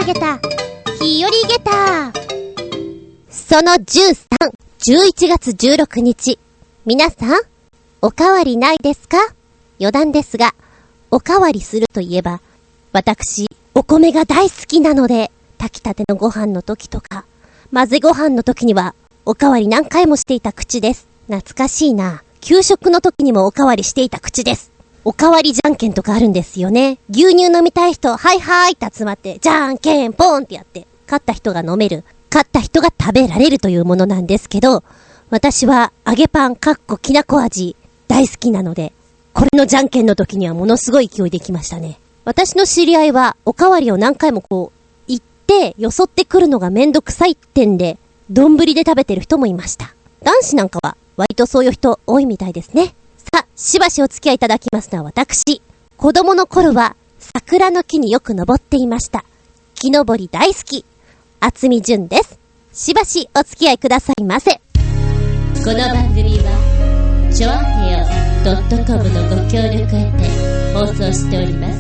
げた日和げたその13、11月16日、皆さんおかわりないですか？余談ですが、おかわりするといえば、私お米が大好きなので、炊きたてのご飯の時とか混ぜご飯の時にはおかわり何回もしていた口です。懐かしいな。給食の時にもおかわりしていた口です。おかわりじゃんけんとかあるんですよね。牛乳飲みたい人、はいはいって集まって、じゃんけんポンってやって、勝った人が飲める、勝った人が食べられるというものなんですけど、私は揚げパンきなこ味大好きなので、これのじゃんけんの時にはものすごい勢いできましたね。私の知り合いはおかわりを何回も言ってよそってくるのがめんどくさいってんで、丼で食べてる人もいました。男子なんかは割とそういう人多いみたいですね。さあ、しばしお付き合いいただきますのは私。子供の頃は桜の木によく登っていました。木登り大好き。厚み純です。しばしお付き合いくださいませ。この番組はちょあへよ .com のご協力へて放送しております。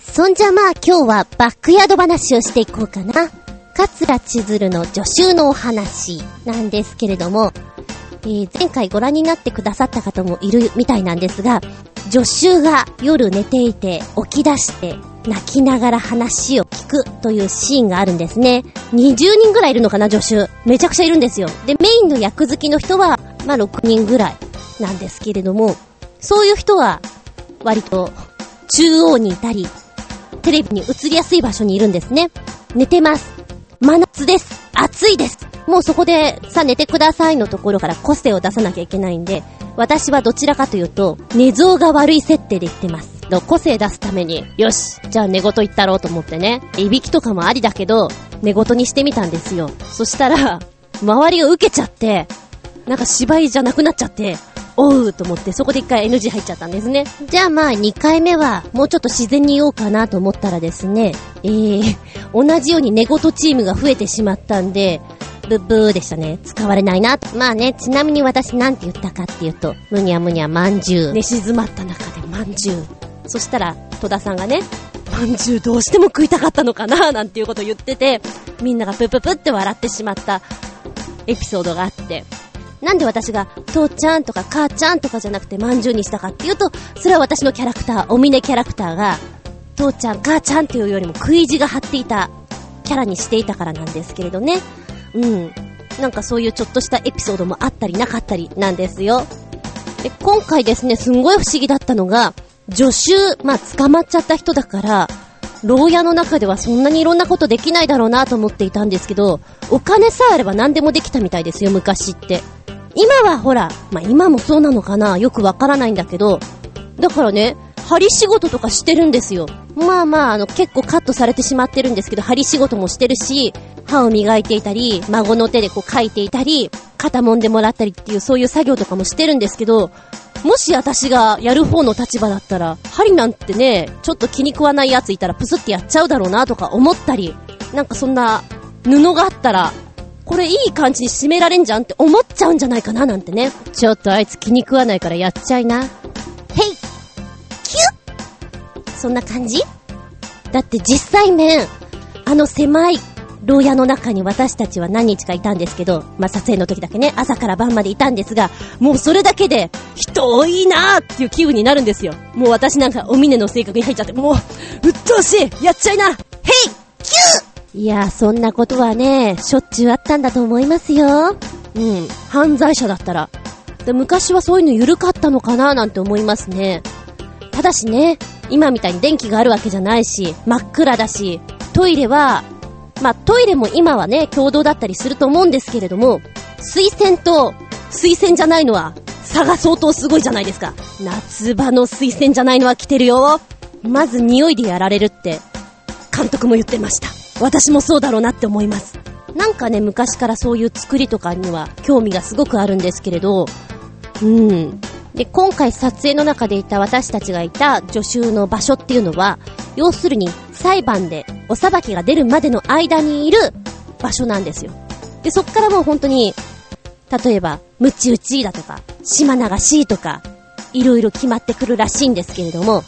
そんじゃまあ今日はバックヤード話をしていこうかな。桂千鶴の助手のお話なんですけれども、前回ご覧になってくださった方もいるみたいなんですが、助手が夜寝ていて起き出して泣きながら話を聞くというシーンがあるんですね。20人ぐらいいるのかな、助手。めちゃくちゃいるんですよ。で、メインの役好きの人はまあ6人ぐらいなんですけれども、そういう人は割と中央にいたりテレビに映りやすい場所にいるんですね。寝てます。真夏です。暑いです。もうそこでさあ寝てくださいのところから個性を出さなきゃいけないんで、私はどちらかというと寝相が悪い設定で言ってます。個性出すために、よしじゃあ寝言言ったろうと思ってね、いびきとかもありだけど寝言にしてみたんですよ。そしたら周りが受けちゃって、なんか芝居じゃなくなっちゃって、おうと思ってそこで一回 NG 入っちゃったんですね。じゃあまあ2回目はもうちょっと自然に言おうかなと思ったらですね、同じように寝言チームが増えてしまったんで、ブッブーでしたね。使われないな。まあね、ちなみに私なんて言ったかっていうと、むにゃむにゃまんじゅう。寝静まった中でまんじゅう。そしたら戸田さんがね、まんじゅうどうしても食いたかったのかななんていうことを言ってて、みんながプププって笑ってしまったエピソードがあって、なんで私が父ちゃんとか母ちゃんとかじゃなくてまんじゅうにしたかっていうと、それは私のキャラクター、おみねキャラクターが父ちゃん母ちゃんっていうよりも食い地が張っていたキャラにしていたからなんですけれどね。なんかそういうちょっとしたエピソードもあったりなかったりなんですよ。で、今回ですね、すんごい不思議だったのが、助手、捕まっちゃった人だから牢屋の中ではそんなにいろんなことできないだろうなと思っていたんですけど、お金さえあれば何でもできたみたいですよ、昔って。今はほら、今もそうなのかな、よくわからないんだけど、だからね、針仕事とかしてるんですよ。結構カットされてしまってるんですけど、針仕事もしてるし、歯を磨いていたり、孫の手で描いていたり、肩揉んでもらったりっていう、そういう作業とかもしてるんですけど、もし私がやる方の立場だったら、針なんてね、ちょっと気に食わないやついたらプスってやっちゃうだろうなとか思ったり、なんかそんな布があったら、これいい感じに締められんじゃんって思っちゃうんじゃないかななんてね。ちょっとあいつ気に食わないからやっちゃいな。へいキュッ、そんな感じだって。実際面、狭い牢屋の中に私たちは何日かいたんですけど、撮影の時だけね、朝から晩までいたんですが、もうそれだけで人多いなーっていう気分になるんですよ。もう私なんかお峰の性格に入っちゃって、もううっとうしい、やっちゃいな、へいキュー。いや、そんなことはね、しょっちゅうあったんだと思いますよ。犯罪者だったら。で、昔はそういうの緩かったのかななんて思いますね。ただしね、今みたいに電気があるわけじゃないし、真っ暗だし、トイレはトイレも今はね、共同だったりすると思うんですけれども、水洗と水洗じゃないのは差が相当すごいじゃないですか。夏場の水洗じゃないのは来てるよ。まず匂いでやられるって監督も言ってました。私もそうだろうなって思います。なんかね、昔からそういう作りとかには興味がすごくあるんですけれど、で、今回撮影の中でいた私たちがいた助手の場所っていうのは、要するに裁判でお裁きが出るまでの間にいる場所なんですよ。で、そっからもう本当に、例えばムチ打ちだとか島流しとかいろいろ決まってくるらしいんですけれども、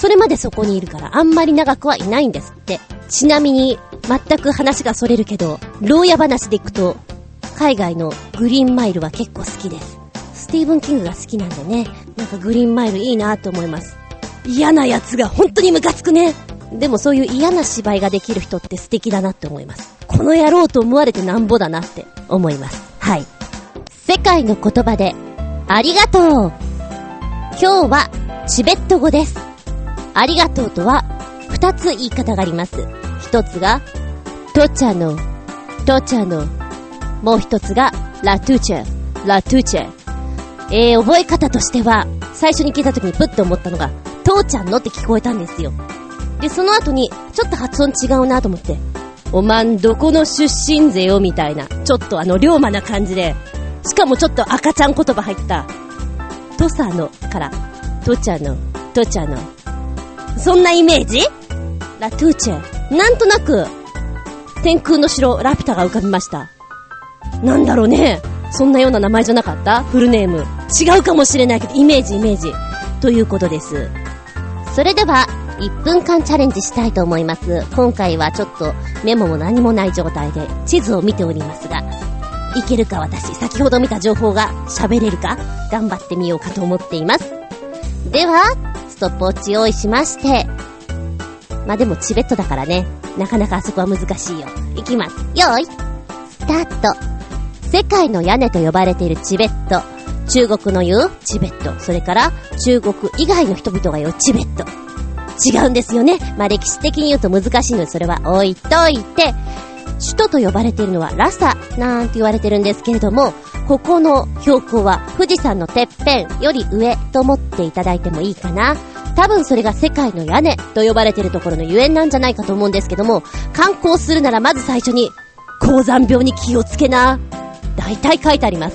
それまでそこにいるからあんまり長くはいないんですって。ちなみに全く話がそれるけど、牢屋話でいくと海外のグリーンマイルは結構好きです。スティーブン・キングが好きなんでね、なんかグリーンマイルいいなと思います。嫌なやつが本当にムカつくね。でもそういう嫌な芝居ができる人って素敵だなって思います。この野郎と思われてなんぼだなって思います。はい。世界の言葉でありがとう。今日はチベット語です。ありがとうとは2つ言い方があります。1つがトチャノ、トチャノ。もう1つがラトゥチェ、ラトゥチェ。覚え方としては最初に聞いた時にプッと思ったのが父ちゃんのって聞こえたんですよ。でその後にちょっと発音違うなと思って、おまんどこの出身ぜよみたいな、ちょっと龍馬な感じで、しかもちょっと赤ちゃん言葉入ったトサノからトチャノ、トチャノ、そんなイメージ。ラトゥチェ、なんとなく天空の城ラピュタが浮かびました。なんだろうね、そんなような名前じゃなかった？フルネーム違うかもしれないけど、イメージということです。それでは1分間チャレンジしたいと思います。今回はちょっとメモも何もない状態で地図を見ておりますが、いけるか私、先ほど見た情報が喋れるか頑張ってみようかと思っています。ではストップウォッチ用意しまして、まあでもチベットだからね、なかなかあそこは難しいよ。いきます。よーいスタート。世界の屋根と呼ばれているチベット、中国の言うチベット、それから中国以外の人々が言うチベット、違うんですよね。まあ歴史的に言うと難しいのでそれは置いといて、首都と呼ばれているのはラサなんて言われてるんですけれども、ここの標高は富士山のてっぺんより上と思っていただいてもいいかな。多分それが世界の屋根と呼ばれているところのゆえんなんじゃないかと思うんですけども、観光するならまず最初に高山病に気をつけな、大体書いてあります。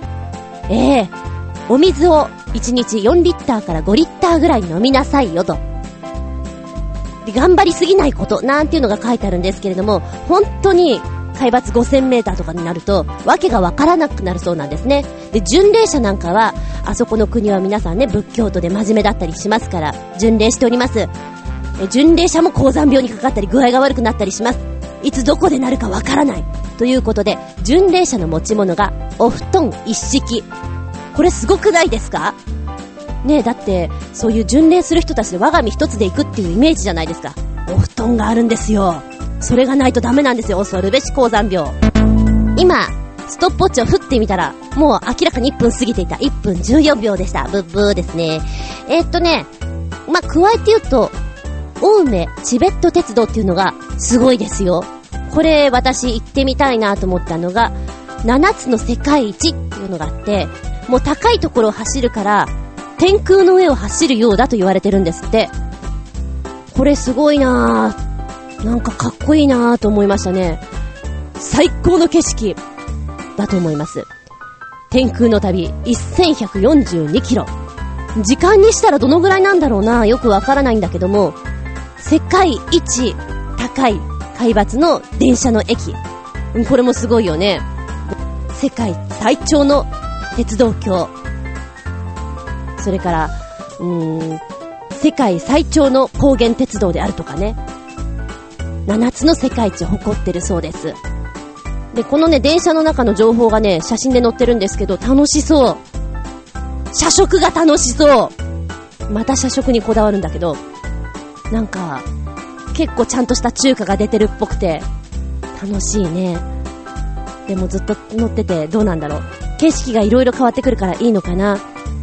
お水を1日4リッターから5リッターぐらい飲みなさいよと。で頑張りすぎないことなんていうのが書いてあるんですけれども、本当に海抜5000メーターとかになるとわけがわからなくなるそうなんですね。で巡礼者なんかはあそこの国は皆さんね仏教徒で真面目だったりしますから巡礼しております。巡礼者も高山病にかかったり具合が悪くなったりします。いつどこでなるかわからないということで、巡礼者の持ち物がお布団一式。これすごくないですかね。えだってそういう巡礼する人たちで我が身一つで行くっていうイメージじゃないですか。お布団があるんですよ。それがないとダメなんですよ。恐るべし高山病。今ストップウォッチを振ってみたらもう明らかに1分過ぎていた。1分14秒でした。ブッブーですね。まあ、加えて言うと青梅チベット鉄道っていうのがすごいですよ。これ私行ってみたいなと思ったのが、7つの世界一っていうのがあって、もう高いところを走るから天空の上を走るようだと言われてるんですって。これすごいなぁ、なんかかっこいいなぁと思いましたね。最高の景色だと思います。天空の旅1142キロ、時間にしたらどのぐらいなんだろうな、よくわからないんだけども、世界一高い海抜の電車の駅、これもすごいよね。世界最長の鉄道橋、それから世界最長の高原鉄道であるとかね、7つの世界一を誇ってるそうです。でこのね電車の中の情報がね写真で載ってるんですけど、楽しそう。車食が楽しそう。また車食にこだわるんだけど、なんか結構ちゃんとした中華が出てるっぽくて楽しいね。でもずっと乗っててどうなんだろう、景色がいろいろ変わってくるからいいのかな。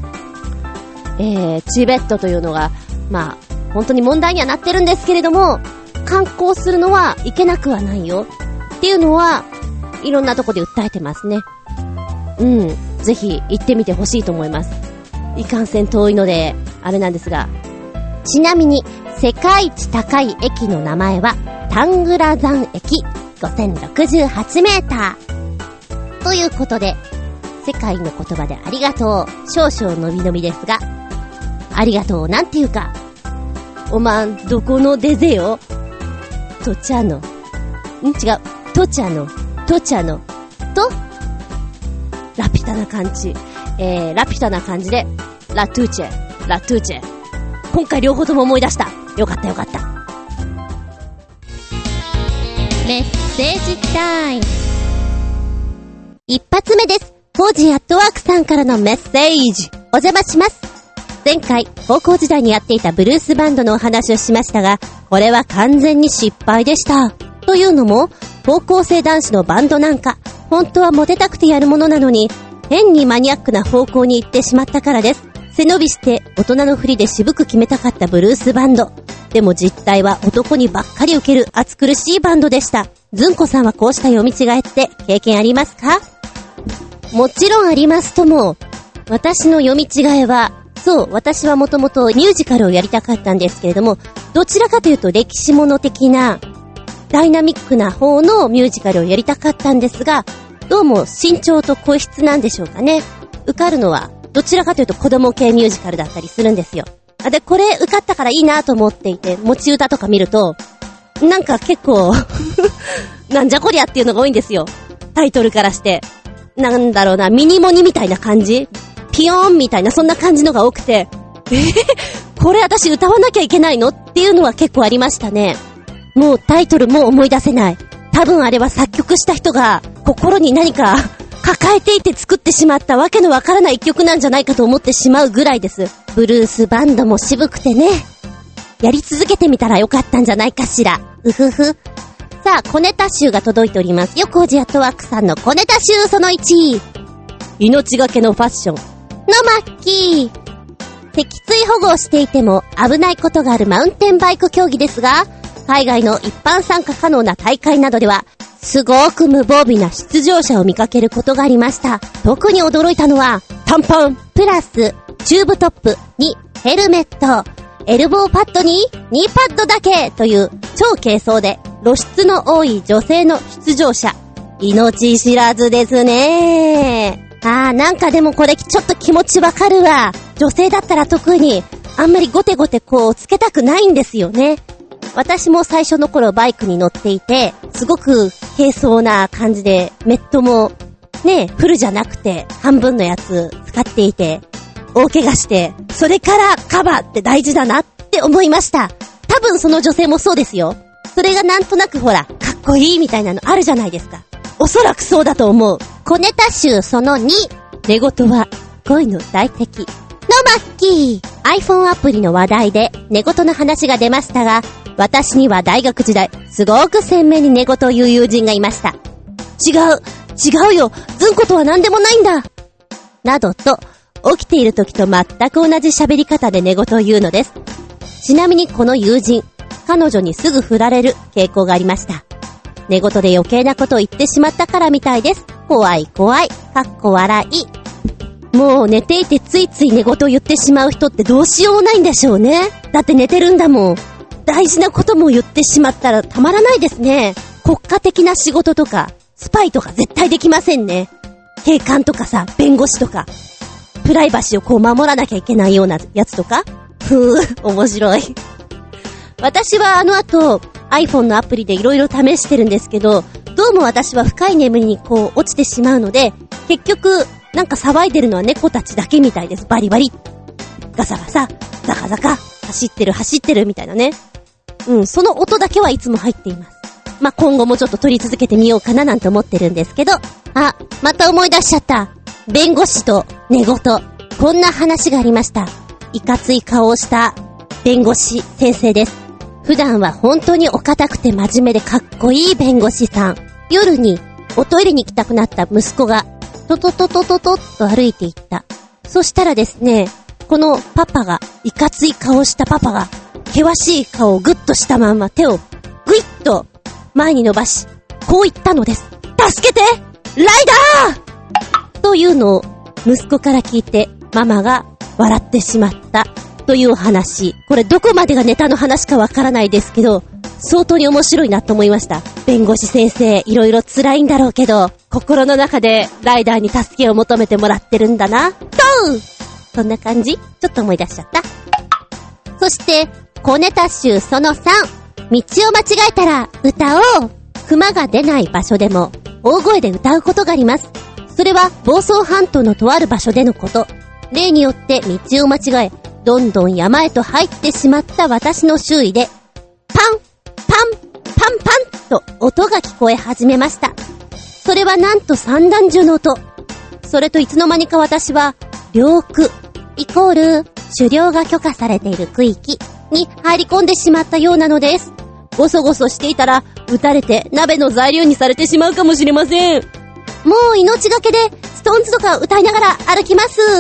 チベットというのがまあ本当に問題にはなってるんですけれども、観光するのは行けなくはないよっていうのはいろんなとこで訴えてますね。ぜひ行ってみてほしいと思います。いかんせん遠いのであれなんですが、ちなみに世界一高い駅の名前はタングラ山駅5068メーターということで、世界の言葉でありがとう、少々のびのびですが、ありがとうなんていうか、おまんどこの出ぜよ、トチャノ、違う、トチャノとラピュタな感じ、ラピュタな感じでラトゥーチェ、 今回両方とも思い出した。よかったよかった。メッセージタイム。一発目です。コージーアットワークさんからのメッセージ。お邪魔します。前回、高校時代にやっていたブルースバンドのお話をしましたが、これは完全に失敗でした。というのも、高校生男子のバンドなんか、本当はモテたくてやるものなのに、変にマニアックな方向に行ってしまったからです。背伸びして大人の振りで渋く決めたかったブルースバンド。でも実態は男にばっかり受ける暑苦しいバンドでした。ずんこさんはこうした読み違いって経験ありますか？もちろんありますとも。私の読み違いは、そう、私はもともとミュージカルをやりたかったんですけれども、どちらかというと歴史物的な、ダイナミックな方のミュージカルをやりたかったんですが、どうも身長と声質なんでしょうかね。受かるのは、どちらかというと子供系ミュージカルだったりするんですよ。で、これ受かったからいいなと思っていて、持ち歌とか見ると、なんか結構、なんじゃこりゃっていうのが多いんですよ。タイトルからして。なんだろうな、ミニモニみたいな感じ？ピヨーンみたいな、そんな感じのが多くて、これ私歌わなきゃいけないのっていうのは結構ありましたね。もうタイトルも思い出せない。多分あれは作曲した人が心に何か抱えていて作ってしまったわけのわからない一曲なんじゃないかと思ってしまうぐらいです。ブルースバンドも渋くてね。やり続けてみたらよかったんじゃないかしら。うふふ。さあ、小ネタ集が届いておりますよ。コージアットワークさんの小ネタ集その1。命がけのファッションのマッキー。脊椎保護をしていても危ないことがあるマウンテンバイク競技ですが、海外の一般参加可能な大会などではすごく無防備な出場者を見かけることがありました。特に驚いたのは短パンプラスチューブトップにヘルメット、エルボーパッドにニーパッドだけという超軽装で露出の多い女性の出場者。命知らずですね。なんかでもこれちょっと気持ちわかるわ。女性だったら特にあんまりゴテゴテこうつけたくないんですよね。私も最初の頃バイクに乗っていて、すごく軽装な感じで、メットもね、フルじゃなくて半分のやつ使っていて、大怪我して、それからカバーって大事だなって思いました。多分その女性もそうですよ。それがなんとなくほら、かっこいいみたいなのあるじゃないですか。おそらくそうだと思う。小ネタ集その2。寝言は恋の大敵のマッキー。iPhone アプリの話題で寝言の話が出ましたが、私には大学時代すごく鮮明に寝言を言う友人がいました。違うよ、ずんことは何でもないんだなどと、起きている時と全く同じ喋り方で寝言を言うのです。ちなみにこの友人、彼女にすぐ振られる傾向がありました。寝言で余計なことを言ってしまったからみたいです。怖い。かっこ笑い。もう寝ていてついつい寝言を言ってしまう人ってどうしようもないんでしょうね。だって寝てるんだもん。大事なことも言ってしまったらたまらないですね。国家的な仕事とか、スパイとか絶対できませんね。警官とかさ、弁護士とか、プライバシーをこう守らなきゃいけないようなやつとか。面白い。私は後、iPhone のアプリでいろいろ試してるんですけど、どうも私は深い眠りにこう落ちてしまうので、結局、なんか騒いでるのは猫たちだけみたいです。バリバリ。ガサガサ、ザカザカ、走ってるみたいなね。その音だけはいつも入っています。今後もちょっと撮り続けてみようかななんて思ってるんですけど、また思い出しちゃった。弁護士と寝言。こんな話がありました。いかつい顔をした弁護士先生です。普段は本当にお堅くて真面目でかっこいい弁護士さん。夜におトイレに行きたくなった息子がトトトトトトッと歩いていった。そしたらですね、このパパが、いかつい顔したパパが、険しい顔をグッとしたまんま手をグイッと前に伸ばし、こう言ったのです。助けてライダーというのを息子から聞いてママが笑ってしまったという話。これどこまでがネタの話かわからないですけど、相当に面白いなと思いました。弁護士先生、いろいろ辛いんだろうけど、心の中でライダーに助けを求めてもらってるんだな。そんな感じ？ちょっと思い出しちゃった。そして、小ネタ集その3。道を間違えたら歌おう。熊が出ない場所でも大声で歌うことがあります。それは房総半島のとある場所でのこと。例によって道を間違え、 どんどん山へと入ってしまった私の周囲で、パン、パン、パンパンと音が聞こえ始めました。それはなんと散弾銃の音。それといつの間にか私は、領区、イコール、狩猟が許可されている区域に入り込んでしまったようなのです。ごそごそしていたら、撃たれて鍋の材料にされてしまうかもしれません。もう命がけで、ストーンズとか歌いながら歩きます。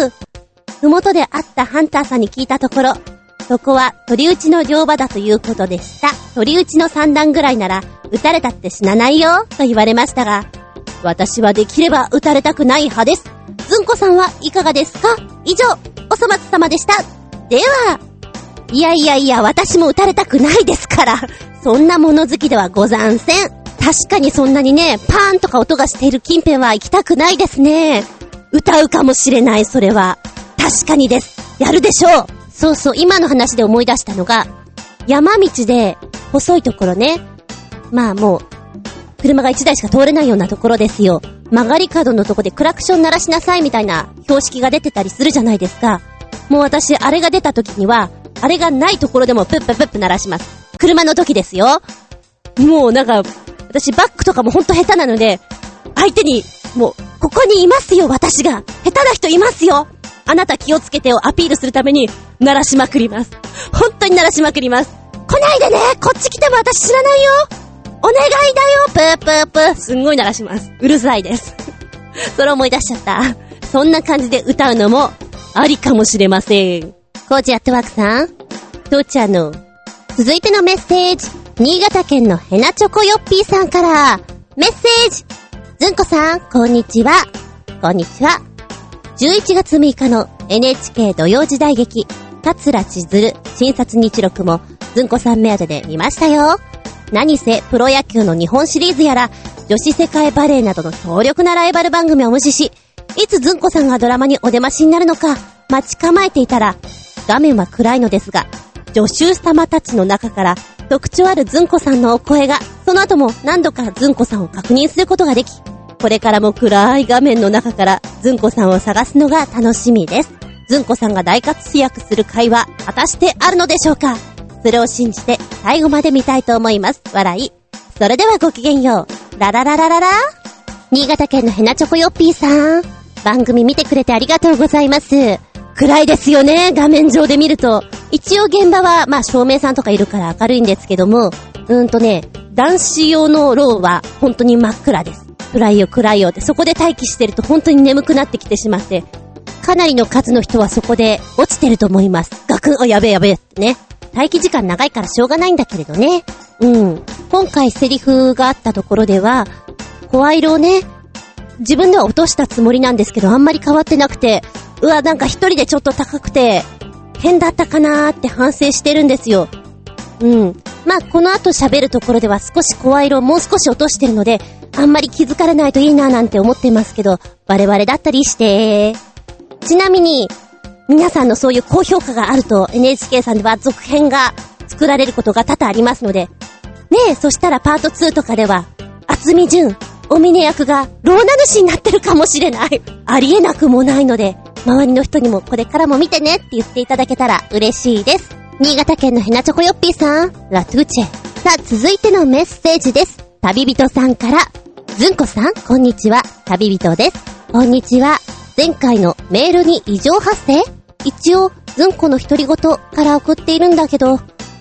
ふもとで会ったハンターさんに聞いたところ、そこは鳥打ちの漁場だということでした。鳥打ちの3段ぐらいなら、撃たれたって死なないよ、と言われましたが、私はできれば撃たれたくない派です。ずんこさんはいかがですか？以上、おそ松様でした。では、いや、私も撃たれたくないですから、そんな物好きではござんせん。確かにそんなにね、パーンとか音がしている近辺は行きたくないですね。歌うかもしれない、それは。確かにです。やるでしょう。そうそう、今の話で思い出したのが、山道で、細いところね。まあもう、車が1台しか通れないようなところですよ。曲がり角のとこでクラクション鳴らしなさいみたいな標識が出てたりするじゃないですか。もう私、あれが出た時には、あれがないところでもプッププップ鳴らします。車の時ですよ。もうなんか、私バックとかもほんと下手なので、相手に、もう、ここにいますよ、私が。下手な人いますよ。あなた気をつけてをアピールするために、鳴らしまくります。本当に鳴らしまくります。来ないでね、こっち来ても私知らないよ。お願いだよ、プープープー。すんごい鳴らします。うるさいです。それ思い出しちゃった。そんな感じで歌うのも、ありかもしれません。コーチアットワークさん、とーちゃんの、続いてのメッセージ、新潟県のヘナチョコヨッピーさんから、メッセージ。ずんこさん、こんにちは。こんにちは。11月6日の NHK 土曜時代劇、桂千鶴診察日録も、ずんこさん目当てで見ましたよ。何せ、プロ野球の日本シリーズやら、女子世界バレーなどの強力なライバル番組を無視し、いつずんこさんがドラマにお出ましになるのか、待ち構えていたら、画面は暗いのですが、助手様たちの中から特徴あるずんこさんのお声が、その後も何度かずんこさんを確認することができ、これからも暗い画面の中からずんこさんを探すのが楽しみです。ずんこさんが大活躍する回は果たしてあるのでしょうか。それを信じて最後まで見たいと思います。笑い。それではごきげんよう。ララララララ。新潟県のヘナチョコヨッピーさん、番組見てくれてありがとうございます。暗いですよね、画面上で見ると。一応現場はまあ照明さんとかいるから明るいんですけども、男子用のローは本当に真っ暗です。暗いよって、そこで待機してると本当に眠くなってきてしまって、かなりの数の人はそこで落ちてると思います。ガクン、やべえってね。待機時間長いからしょうがないんだけれどね。今回セリフがあったところでは、声色をね、自分では落としたつもりなんですけど、あんまり変わってなくて、なんか一人でちょっと高くて、変だったかなーって反省してるんですよ。まあ、この後喋るところでは少し声色をもう少し落としてるので、あんまり気づかれないといいなーなんて思ってますけど、我々だったりして。ちなみに、皆さんのそういう高評価があると NHK さんでは続編が作られることが多々ありますので、ねえ、そしたらパート2とかでは、渥美純、お峰役が老名主になってるかもしれない。ありえなくもないので、周りの人にもこれからも見てねって言っていただけたら嬉しいです。新潟県のヘナチョコヨッピーさん、ラトゥーチェ。さあ、続いてのメッセージです。旅人さんから、ずんこさん、こんにちは。旅人です。こんにちは。前回のメールに異常発生？一応、ずんこの独り言から送っているんだけど、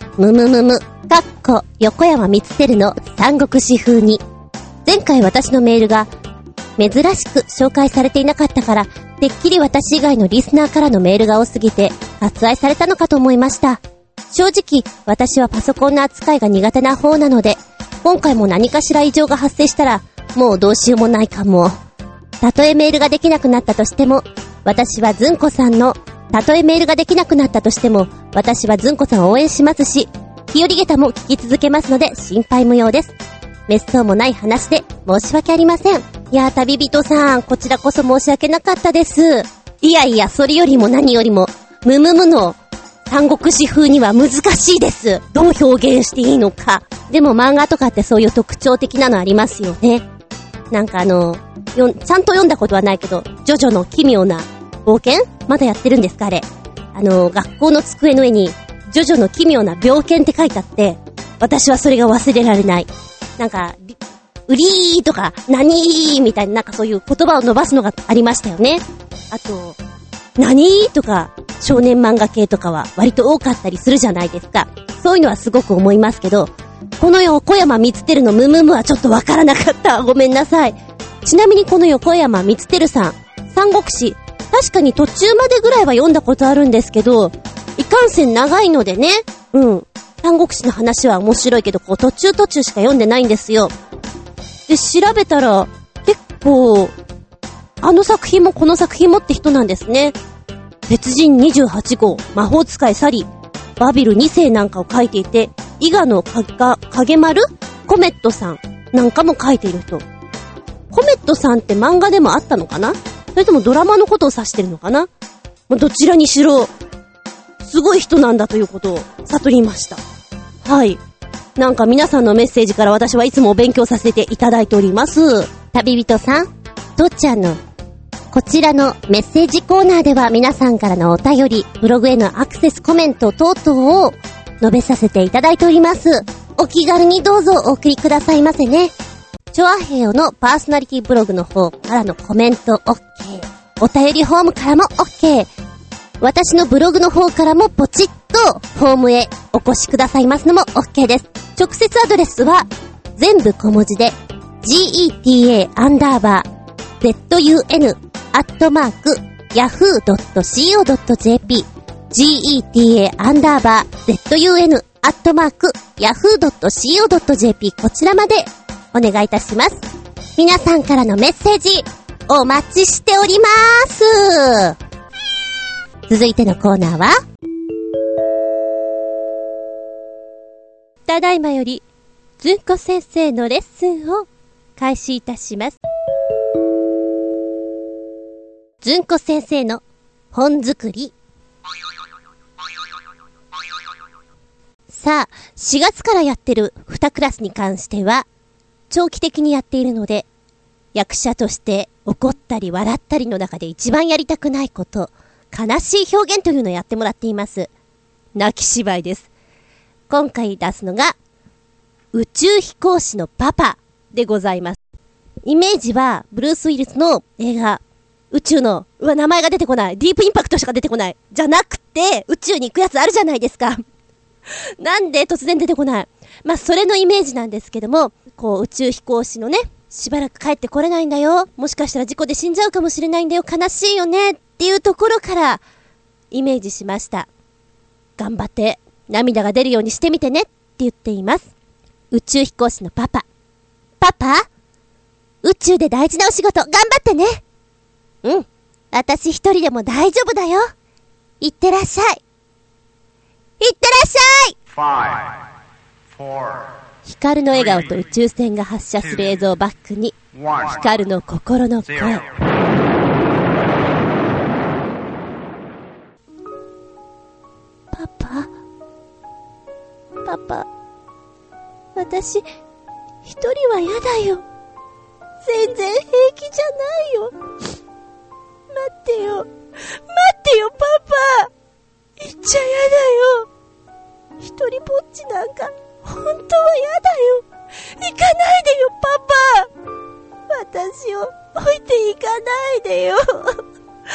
横山光輝の三国志風に。前回私のメールが珍しく紹介されていなかったから、てっきり私以外のリスナーからのメールが多すぎて割愛されたのかと思いました。正直私はパソコンの扱いが苦手な方なので、今回も何かしら異常が発生したらもうどうしようもないかも。たとえメールができなくなったとしても、私はずんこさんを応援しますし、日和下駄も聞き続けますので心配無用です。滅相もない話で申し訳ありません。いやー、旅人さん、こちらこそ申し訳なかったです。いや、それよりも何よりも、の三国志風には難しいです。どう表現していいのか。でも漫画とかってそういう特徴的なのありますよね。なんかちゃんと読んだことはないけど、ジョジョの奇妙な冒険まだやってるんですかあれ。 学校の机の上に、ジョジョの奇妙な病犬って書いてあって、私はそれが忘れられない。なんか、うりーとか、なにーみたいな、なんかそういう言葉を伸ばすのがありましたよね。あと、なにーとか、少年漫画系とかは割と多かったりするじゃないですか。そういうのはすごく思いますけど、この横山光輝のムムムはちょっとわからなかった。ごめんなさい。ちなみにこの横山光輝さん、三国志、確かに途中までぐらいは読んだことあるんですけど、いかんせん長いのでね、三国志の話は面白いけど、こう途中しか読んでないんですよ。で、調べたら、結構、あの作品もこの作品もって人なんですね。鉄人28号、魔法使いサリー、バビル2世なんかを書いていて、伊賀の影丸コメットさんなんかも書いている人。コメットさんって漫画でもあったのかな？それともドラマのことを指してるのかな？どちらにしろ、すごい人なんだということを悟りました。はい。なんか皆さんのメッセージから私はいつもお勉強させていただいております。旅人さん、とっちゃんのこちらのメッセージコーナーでは皆さんからのお便り、ブログへのアクセスコメント等々を述べさせていただいております。お気軽にどうぞお送りくださいませね。チョアヘヨのパーソナリティブログの方からのコメント OK。お便りフォームからも OK。私のブログの方からもポチッとフォームへお越しくださいますのも OK です。直接アドレスは全部小文字で geta_zun@yahoo.co.jp geta_zun@yahoo.co.jp こちらまでお願いいたします。皆さんからのメッセージお待ちしております。続いてのコーナーは、ただいまよりずんこ先生のレッスンを開始いたします。ずんこ先生の本作り。さあ、4月からやってる2クラスに関しては長期的にやっているので、役者として怒ったり笑ったりの中で一番やりたくないこと、悲しい表現というのをやってもらっています。泣き芝居です。今回出すのが宇宙飛行士のパパでございます。イメージはブルース・ウィリスの映画宇宙の名前が出てこない、ディープインパクトしか出てこないじゃなくて、宇宙に行くやつあるじゃないですか。なんで突然出てこない。それのイメージなんですけども、こう宇宙飛行士のね、しばらく帰ってこれないんだよ、もしかしたら事故で死んじゃうかもしれないんだよ、悲しいよねっていうところからイメージしました。頑張って涙が出るようにしてみてねって言っています。宇宙飛行士のパパ。パパ、宇宙で大事なお仕事頑張ってね。うん、私一人でも大丈夫だよ。いってらっしゃい。いってらっしゃい。光の笑顔と宇宙船が発射する映像をバックに、光の心の声。パパ、パパ、私一人は嫌だよ。全然平気じゃないよ。待ってよ、待ってよパパ、言っちゃ嫌だよ。一人ぼっちなんか本当は嫌だよ。行かないでよパパ、私を置いて行かないでよパパ。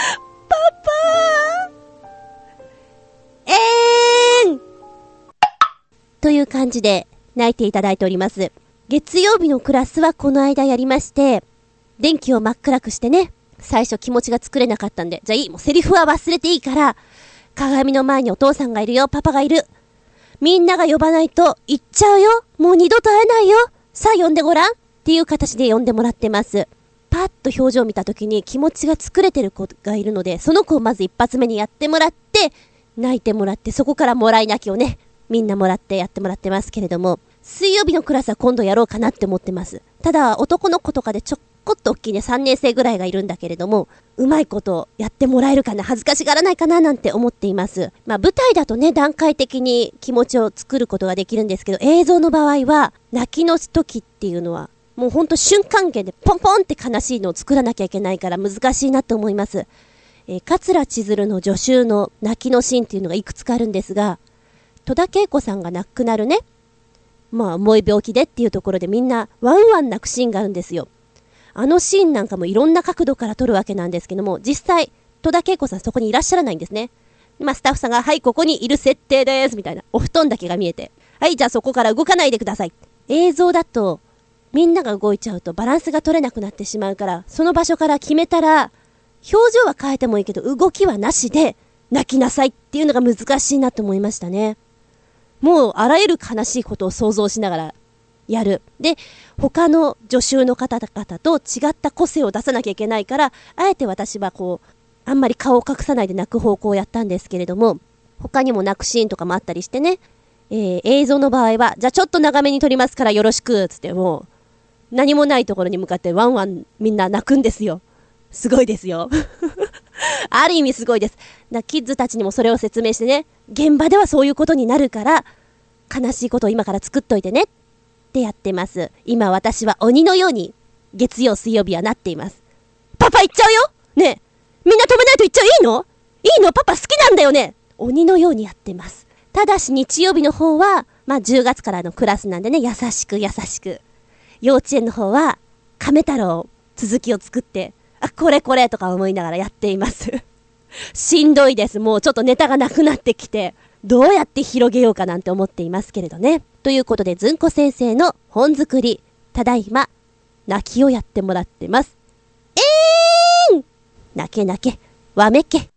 という感じで泣いていただいております。月曜日のクラスはこの間やりまして、電気を真っ暗くしてね、最初気持ちが作れなかったんで、じゃあいい、もうセリフは忘れていいから、鏡の前にお父さんがいるよ、パパがいる、みんなが呼ばないと行っちゃうよ、もう二度と会えないよ、さあ呼んでごらんっていう形で呼んでもらってます。パッと表情を見た時に気持ちが作れてる子がいるので、その子をまず一発目にやってもらって、泣いてもらって、そこからもらい泣きをね、みんなもらってやってもらってますけれども、水曜日のクラスは今度やろうかなって思ってます。ただ男の子とかでちょっこっと大きいね、3年生ぐらいがいるんだけれども、うまいことやってもらえるかな、恥ずかしがらないかななんて思っています。舞台だとね、段階的に気持ちを作ることができるんですけど、映像の場合は泣きの時っていうのはもうほんと瞬間芸でポンポンって悲しいのを作らなきゃいけないから難しいなと思います。 桂千鶴の助手の泣きのシーンっていうのがいくつかあるんですが、戸田恵子さんが亡くなるね、重い病気でっていうところでみんなワンワン泣くシーンがあるんですよ。あのシーンなんかもいろんな角度から撮るわけなんですけども、実際戸田恵子さんそこにいらっしゃらないんですね。スタッフさんが、はい、ここにいる設定ですみたいな、お布団だけが見えて、はい、じゃあそこから動かないでください。映像だとみんなが動いちゃうとバランスが取れなくなってしまうから、その場所から決めたら表情は変えてもいいけど動きはなしで泣きなさいっていうのが難しいなと思いましたね。もうあらゆる悲しいことを想像しながらやる。で、他の助手の方々と違った個性を出さなきゃいけないから、あえて私はあんまり顔を隠さないで泣く方向をやったんですけれども、他にも泣くシーンとかもあったりしてね、映像の場合は、じゃあちょっと長めに撮りますからよろしくつって、もう何もないところに向かってワンワンみんな泣くんですよ。すごいですよ。ある意味すごいです。キッズたちにもそれを説明してね、現場ではそういうことになるから、悲しいことを今から作っといてねってやってます。今私は鬼のように月曜水曜日はなっています。パパ行っちゃうよねえ、みんな止めないと行っちゃう。いいのパパ好きなんだよね。鬼のようにやってます。ただし日曜日の方は10月からのクラスなんでね、優しく。幼稚園の方は亀太郎続きを作って、これとか思いながらやっていますしんどいです。もうちょっとネタがなくなってきて、どうやって広げようかなんて思っていますけれどね。ということで、ずんこ先生の本作り、ただいま泣きをやってもらってます。泣けわめけ。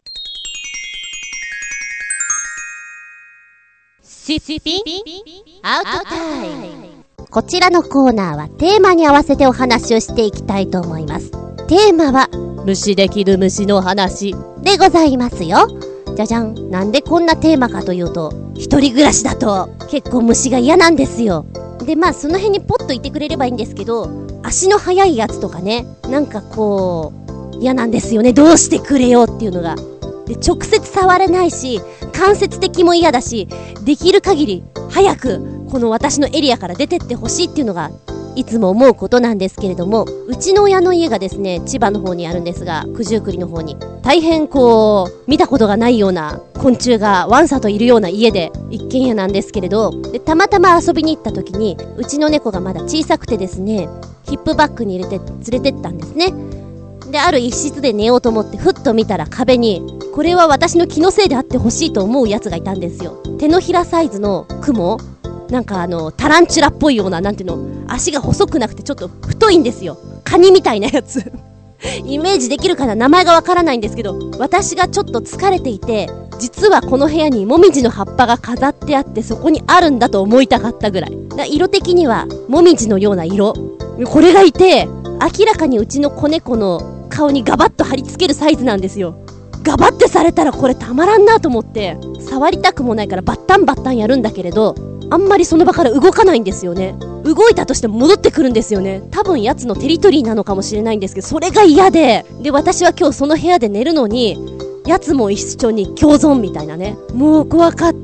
シッピンアウトタイム。こちらのコーナーはテーマに合わせてお話をしていきたいと思います。テーマは虫できる虫の話でございますよ。じゃじゃん。なんでこんなテーマかというと、一人暮らしだと結構虫が嫌なんですよ。でその辺にポッといてくれればいいんですけど、足の速いやつとかね、嫌なんですよね。どうしてくれよっていうのが。で、直接触れないし、間接的も嫌だし、できる限り早くこの私のエリアから出てってほしいっていうのがいつも思うことなんですけれども、うちの親の家がですね、千葉の方にあるんですが、九十九里の方に大変見たことがないような昆虫がわんさといるような家で、一軒家なんですけれど、でたまたま遊びに行った時に、うちの猫がまだ小さくてですね、ヒップバッグに入れて連れてったんですね。で、ある一室で寝ようと思ってふっと見たら、壁にこれは私の気のせいであってほしいと思うやつがいたんですよ。手のひらサイズの雲、タランチュラっぽいような、足が細くなくてちょっと太いんですよ。カニみたいなやつイメージできるかな、名前がわからないんですけど、私がちょっと疲れていて、実はこの部屋にもみじの葉っぱが飾ってあって、そこにあるんだと思いたかったぐらい。色的にはもみじのような色、これがいて、明らかにうちの子猫の顔にガバッと貼り付けるサイズなんですよ。ガバッてされたらこれたまらんなと思って、触りたくもないからバッタンやるんだけれど、あんまりその場から動かないんですよね。動いたとしても戻ってくるんですよね。多分やつのテリトリーなのかもしれないんですけど、それが嫌で、私は今日その部屋で寝るのに、やつも一緒に共存みたいなね。もう怖かった。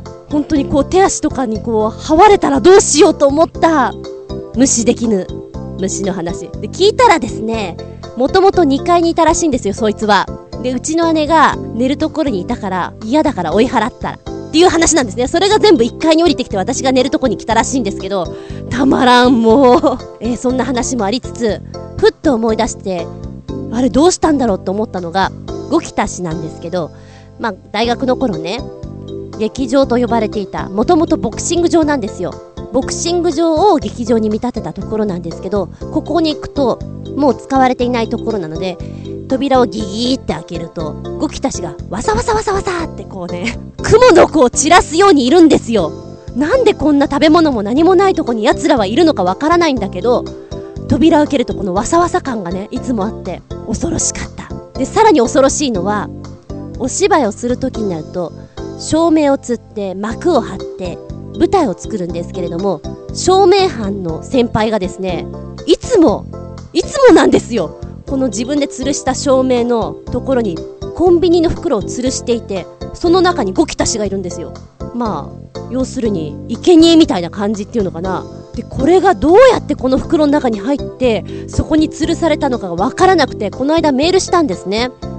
本当に手足とかに這われたらどうしようと思った。無視できぬ虫の話で、聞いたらですね、もともと2階にいたらしいんですよ、そいつは。で、うちの姉が寝るところにいたから嫌だから追い払ったらっていう話なんですね。それが全部1階に降りてきて私が寝るとこに来たらしいんですけど、たまらんもうそんな話もありつつ、ふっと思い出して、あれどうしたんだろうと思ったのが五木田市なんですけど、大学の頃ね、劇場と呼ばれていた、もともとボクシング場なんですよ。ボクシング場を劇場に見立てたところなんですけど、ここに行くともう使われていないところなので、扉をギギーって開けると、五木田氏がわさわさって蜘蛛の子を散らすようにいるんですよ。なんでこんな食べ物も何もないとこに奴らはいるのかわからないんだけど、扉を開けるとこのわさわさ感がね、いつもあって恐ろしかった。で、さらに恐ろしいのは、お芝居をする時になると照明をつって幕を張って舞台を作るんですけれども、照明班の先輩がですね、いつもなんですよ。この自分で吊るした照明のところにコンビニの袋を吊るしていて、その中に五木田氏がいるんですよ。要するに生贄みたいな感じっていうのかな。で、これがどうやってこの袋の中に入ってそこに吊るされたのかがわからなくて、この間メールしたんですね。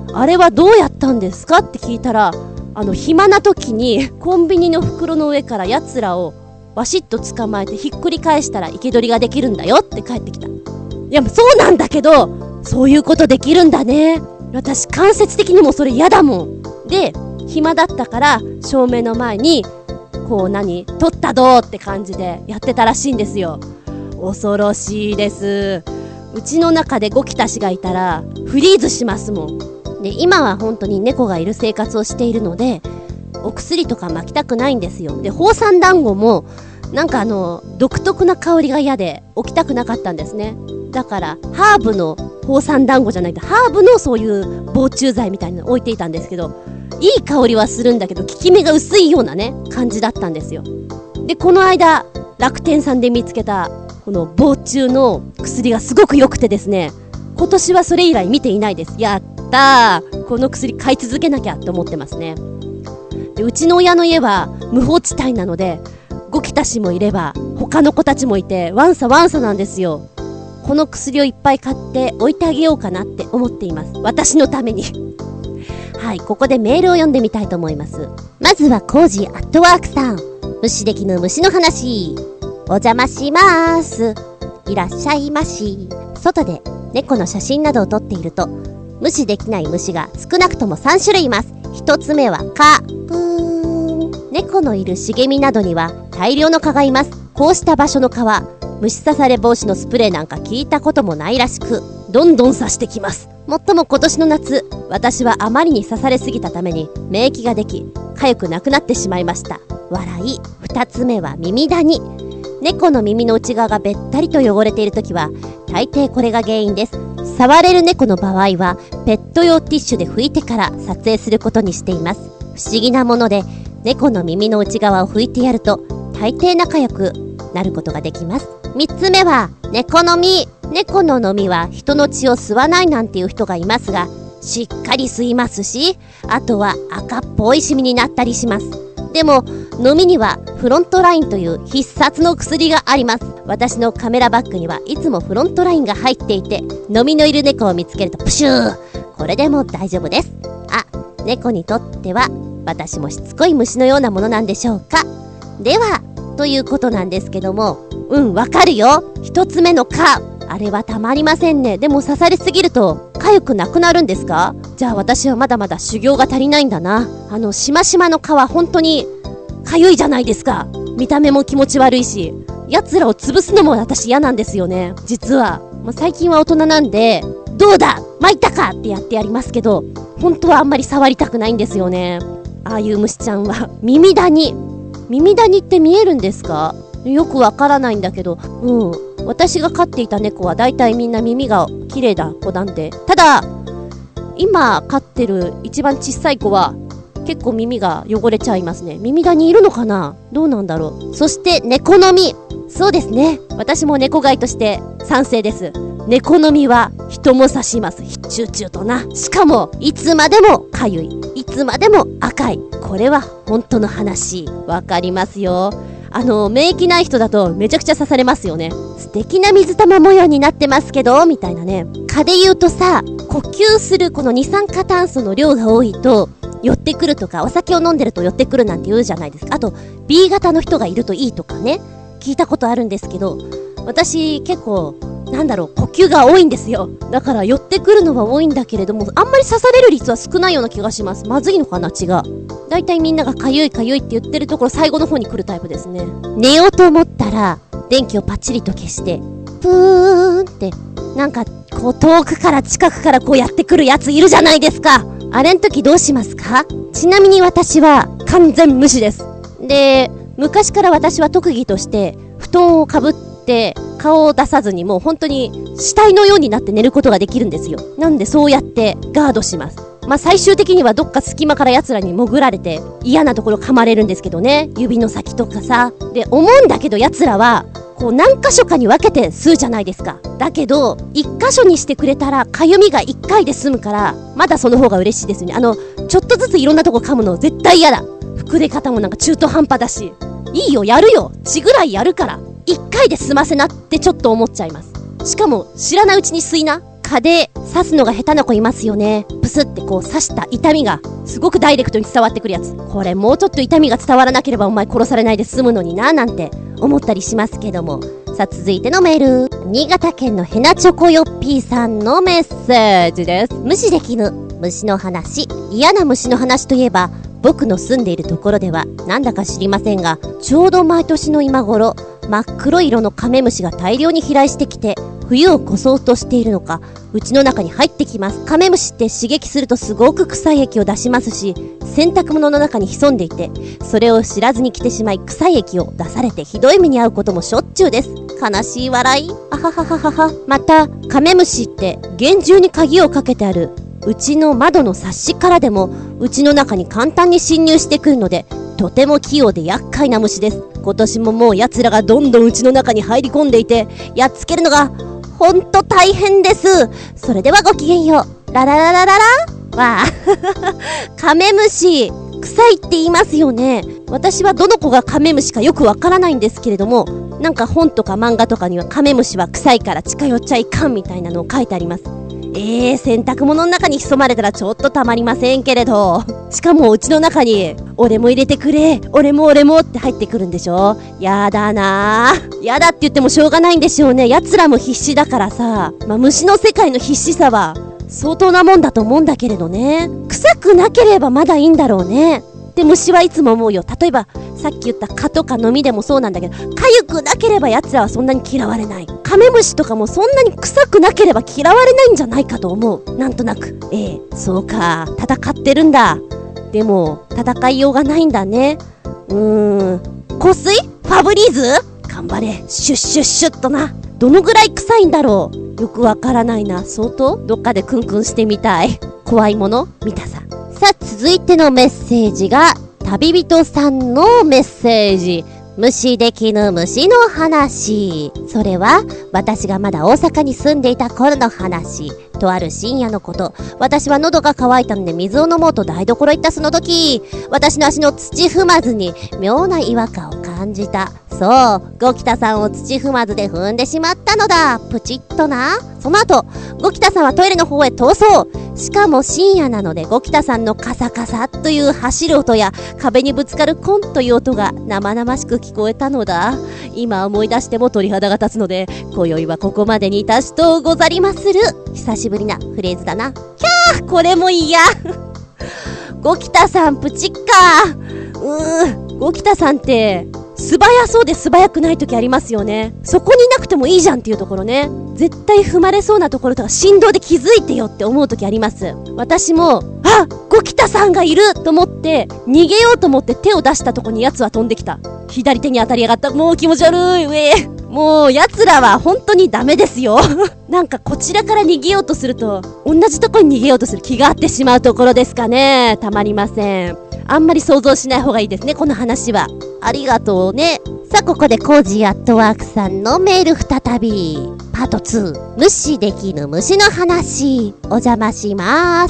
あれはどうやったんですかって聞いたら、暇な時にコンビニの袋の上から奴らをバシッと捕まえてひっくり返したら生け捕りができるんだよって帰ってきた。いや、そうなんだけど、そういうことできるんだね。私間接的にもそれ嫌だもん。で、暇だったから照明の前にこう取ったどうって感じでやってたらしいんですよ。恐ろしいです。うちの中でゴキタシがいたらフリーズしますもん。で、今は本当に猫がいる生活をしているので、お薬とか巻きたくないんですよ。で、ホウサンダンゴも独特な香りが嫌で置きたくなかったんですね。だからハーブのホウサンダンゴじゃないと、ハーブのそういう防虫剤みたいなの置いていたんですけど、いい香りはするんだけど効き目が薄いようなね感じだったんですよ。で、この間楽天さんで見つけたこの防虫の薬がすごく良くてですね、今年はそれ以来見ていないです。やったー、この薬買い続けなきゃって思ってますね。で、うちの親の家は無法地帯なので、ゴキタシもいれば他の子たちもいてワンサなんですよ。この薬をいっぱい買って置いてあげようかなって思っています。私のためにはい、ここでメールを読んでみたいと思います。まずはコージーアットワークさん。虫できぬ虫の話。お邪魔しまーす。いらっしゃいまし。外で猫の写真などを撮っていると、無視できない虫が少なくとも3種類います。一つ目は蚊。猫のいる茂みなどには大量の蚊がいます。こうした場所の蚊は虫刺され防止のスプレーなんか聞いたこともないらしく、どんどん刺してきます。もっとも今年の夏、私はあまりに刺されすぎたために免疫ができ、痒くなくなってしまいました。笑い。二つ目は耳ダニ。猫の耳の内側がべったりと汚れているときは大抵これが原因です。触れる猫の場合はペット用ティッシュで拭いてから撮影することにしています。不思議なもので、猫の耳の内側を拭いてやると大抵仲良くなることができます。三つ目は猫の実。猫の飲みは人の血を吸わないなんていう人がいますが、しっかり吸いますし、あとは赤っぽいシミになったりします。でも飲みにはフロントラインという必殺の薬があります。私のカメラバッグにはいつもフロントラインが入っていて、飲みのいる猫を見つけるとプシュー、これでも大丈夫です。あ、猫にとっては私もしつこい虫のようなものなんでしょうか。ではということなんですけども、わかるよ。一つ目の蚊、あれはたまりませんね。でも刺されすぎると痒くなくなるんですか？じゃあ私はまだまだ修行が足りないんだな。しましまの蚊は本当に痒いじゃないですか。見た目も気持ち悪いし、奴らを潰すのも私嫌なんですよね。実は、最近は大人なんで、どうだ巻いたかってやってやりますけど、本当はあんまり触りたくないんですよね。ああいう虫ちゃんは。耳ダニって見えるんですか？よくわからないんだけど、私が飼っていた猫はだいたいみんな耳が綺麗な子なんで。ただ今飼ってる一番小さい子は結構耳が汚れちゃいますね。耳ダニいるのかな？どうなんだろう。そして猫の実。そうですね、私も猫飼いとして賛成です。猫の実は人も刺します。チューチューとな。しかもいつまでもかゆい、いつまでも赤い。これは本当の話。わかりますよ。免疫ない人だとめちゃくちゃ刺されますよね。素敵な水玉模様になってますけどみたいなね。蚊で言うとさ、呼吸するこの二酸化炭素の量が多いと寄ってくるとか、お酒を飲んでると寄ってくるなんて言うじゃないですか。あと B 型の人がいるといいとかね、聞いたことあるんですけど、私結構呼吸が多いんですよ。だから寄ってくるのは多いんだけれども、あんまり刺される率は少ないような気がします。まずいのかな？違う。だいたいみんながかゆいかゆいって言ってるところ、最後の方に来るタイプですね。寝ようと思ったら電気をパッチリと消して、プーンって遠くから近くからやってくるやついるじゃないですか。あれん時どうしますか？ちなみに私は完全無視です。で、昔から私は特技として布団をかぶって顔を出さずに、もう本当に死体のようになって寝ることができるんですよ。なんでそうやってガードします。最終的にはどっか隙間から奴らに潜られて嫌なところ噛まれるんですけどね。指の先とかさ。で、思うんだけど奴らは何箇所かに分けて吸うじゃないですか。だけど一箇所にしてくれたらかゆみが1回で済むから、まだその方が嬉しいですよね。ちょっとずついろんなとこ噛むの絶対嫌だ。膨れ方も中途半端だし。いいよ、やるよ、血ぐらいやるから1回で済ませなってちょっと思っちゃいます。しかも知らないうちに吸いな。蚊で刺すのが下手な子いますよね。プスってこう刺した痛みがすごくダイレクトに伝わってくるやつ。これもうちょっと痛みが伝わらなければお前殺されないで済むのにな、なんて思ったりしますけども。さあ続いてのメール。新潟県のヘナチョコヨッピーさんのメッセージです。無視できぬ虫の話。嫌な虫の話といえば、僕の住んでいるところではなんだか知りませんが、ちょうど毎年の今頃、真っ黒色のカメムシが大量に飛来してきて、冬を越そうとしているのか、うちの中に入ってきます。カメムシって刺激するとすごく臭い液を出しますし、洗濯物の中に潜んでいて、それを知らずに来てしまい臭い液を出されてひどい目に遭うこともしょっちゅうです。悲しい笑い。あははははは。また、カメムシって厳重に鍵をかけてあるうちの窓のサッシからでもうちの中に簡単に侵入してくるので、とても器用で厄介な虫です。今年ももう奴らがどんどんうちの中に入り込んでいて、やっつけるのがほんと大変です。それではごきげんよう。ララララララわあカメムシ臭いって言いますよね。私はどの子がカメムシかよくわからないんですけれども、なんか本とか漫画とかにはカメムシは臭いから近寄っちゃいかんみたいなのを書いてあります。洗濯物の中に潜まれたらちょっとたまりませんけれど、しかもうちの中に俺も入れてくれ、俺もって入ってくるんでしょ。やだなぁ。やだって言ってもしょうがないんでしょうね。奴らも必死だからさ、虫の世界の必死さは相当なもんだと思うんだけれどね。臭くなければまだいいんだろうね。で虫はいつも思うよ。例えばさっき言った蚊とかノミでもそうなんだけど、痒くなければ奴らはそんなに嫌われない。カメムシとかもそんなに臭くなければ嫌われないんじゃないかと思う。なんとなく。そうか、戦ってるんだ。でも戦いようがないんだね。香水？ファブリーズ？頑張れ、シュッシュッシュッとな。どのぐらい臭いんだろう。よくわからないな。相当どっかでクンクンしてみたい。怖いもの見たさ。さあ続いてのメッセージが旅人さんのメッセージ。無視できぬ虫の話。それは私がまだ大阪に住んでいた頃の話。とある深夜のこと。私は喉が渇いたので水を飲もうと台所行ったその時、私の足の土踏まずに妙な違和感を感じた。そう、ゴキタさんを土踏まずで踏んでしまったのだ。プチッとな。その後ゴキタさんはトイレの方へ逃走。しかも深夜なのでゴキタさんのカサカサという走る音や壁にぶつかるコンという音が生々しく聞こえたのだ。今思い出しても鳥肌が立つので、今宵はここまでにいたしとうござりまする。久しぶりなフレーズだな。キャー、これも嫌ゴキタさんプチッカー。ゴキタさんって素早そうで素早くない時ありますよね。そこにいなくてもいいじゃんっていうところね。絶対踏まれそうなところとか振動で気づいてよって思う時あります。私もゴキタさんがいると思って逃げようと思って手を出したとこに奴は飛んできた。左手に当たりやがった。もう気持ち悪い。もう奴らは本当にダメですよなんかこちらから逃げようとすると同じとこに逃げようとする気があってしまうところですかね。たまりません。あんまり想像しない方がいいですね、この話は。ありがとうね。さあここでコージーアットワークさんのメール再び。パート2。無視できぬ虫の話。お邪魔します。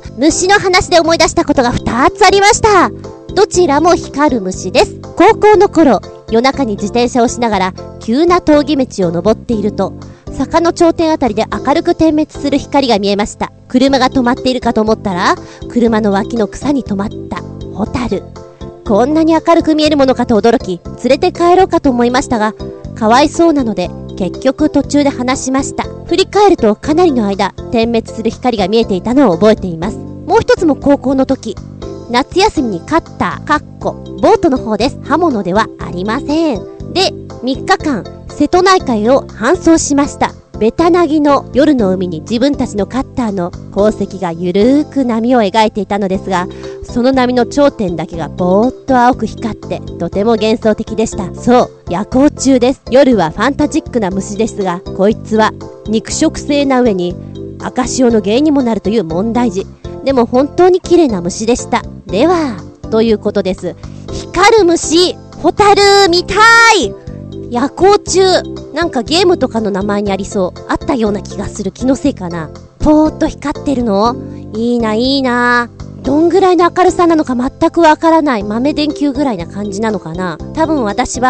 虫の話で思い出したことが2つありました。どちらも光る虫です。高校の頃、夜中に自転車をしながら急な峠道を登っていると、坂の頂点あたりで明るく点滅する光が見えました。車が止まっているかと思ったら、車の脇の草に止まったホタル。こんなに明るく見えるものかと驚き、連れて帰ろうかと思いましたが、かわいそうなので結局途中で離しました。振り返るとかなりの間点滅する光が見えていたのを覚えています。もう一つも高校の時、夏休みにカッターボートの方です。刃物ではありません。で3日間瀬戸内海を搬送しました。ベタなぎの夜の海に自分たちのカッターの鉱石がゆるーく波を描いていたのですが、その波の頂点だけがぼーっと青く光ってとても幻想的でした。そう、夜行虫です。夜はファンタジックな虫ですが、こいつは肉食性な上に赤潮の原因にもなるという問題児。でも本当に綺麗な虫でした。ではということです。光る虫、ホタル見たい。夜行虫、なんかゲームとかの名前にありそう。あったような気がする。気のせいかな。ぽーっと光ってるのいいな。いいな。どんぐらいの明るさなのか全くわからない。豆電球ぐらいな感じなのかな。多分私は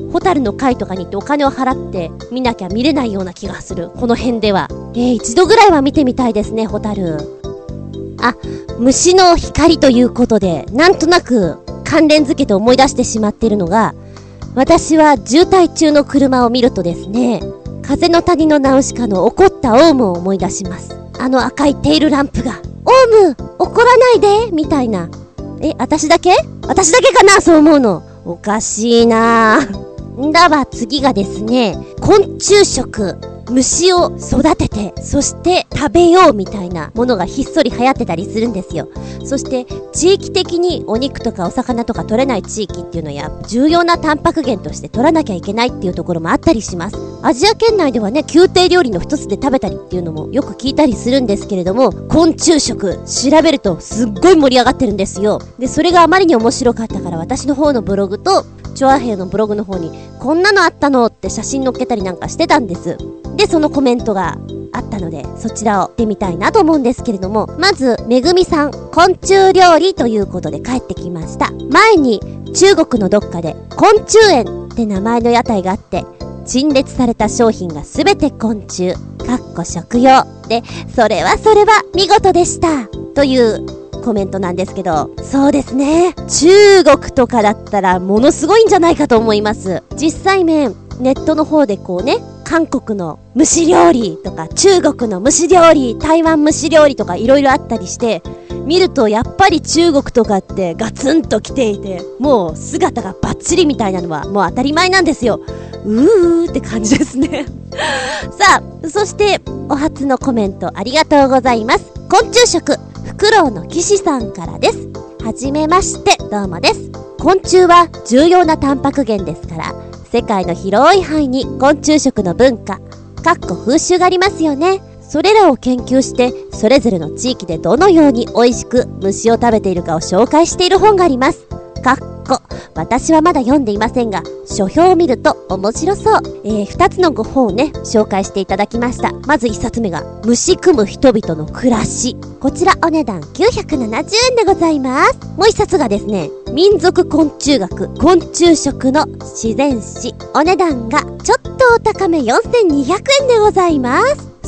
ホタルの会とかに行ってお金を払って見なきゃ見れないような気がする。この辺では。一度ぐらいは見てみたいですね、ホタル。あ、虫の光ということで、なんとなく関連づけて思い出してしまっているのが、私は渋滞中の車を見るとですね、風の谷のナウシカの怒ったオウムを思い出します。あの赤いテールランプが、オウム怒らないでみたいな。私だけかな、そう思うの。おかしいなぁ。だわ、次がですね、昆虫食。虫を育てて、そして食べようみたいなものがひっそり流行ってたりするんですよ。そして地域的にお肉とかお魚とか取れない地域っていうのや、重要なタンパク源として取らなきゃいけないっていうところもあったりします。アジア圏内ではね、宮廷料理の一つで食べたりっていうのもよく聞いたりするんですけれども、昆虫食調べるとすっごい盛り上がってるんですよ。で、それがあまりに面白かったから、私の方のブログとチョアヘイのブログの方にこんなのあったのって写真載っけたりなんかしてたんです。で、そのコメントがあったので、そちらを見てみたいなと思うんですけれども、まずめぐみさん、昆虫料理ということで帰ってきました。前に中国のどっかで昆虫園って名前の屋台があって、陳列された商品がすべて昆虫食用で、それは見事でしたというコメントなんですけど、そうですね、中国とかだったらものすごいんじゃないかと思います。実際面ネットの方でこうね、韓国の蒸し料理とか中国の蒸し料理、台湾蒸し料理とかいろいろあったりして見ると、やっぱり中国とかってガツンと来ていて、もう姿がバッチリみたいなのはもう当たり前なんですよ。って感じですねさあ、そしてお初のコメントありがとうございます。昆虫食フクロウの騎士さんからです。はじめまして、どうもです。昆虫は重要なタンパク源ですから、世界の広い範囲に昆虫食の文化風習がありますよね。それらを研究して、それぞれの地域でどのように美味しく虫を食べているかを紹介している本があります。私はまだ読んでいませんが、書評を見ると面白そう。2つのご本をね、紹介していただきました。まず1冊目が、虫食む人々の暮らし。こちらお値段970円でございます。もう1冊がですね、民族昆虫学、昆虫食の自然史。お値段がちょっとお高め、4200円でございます。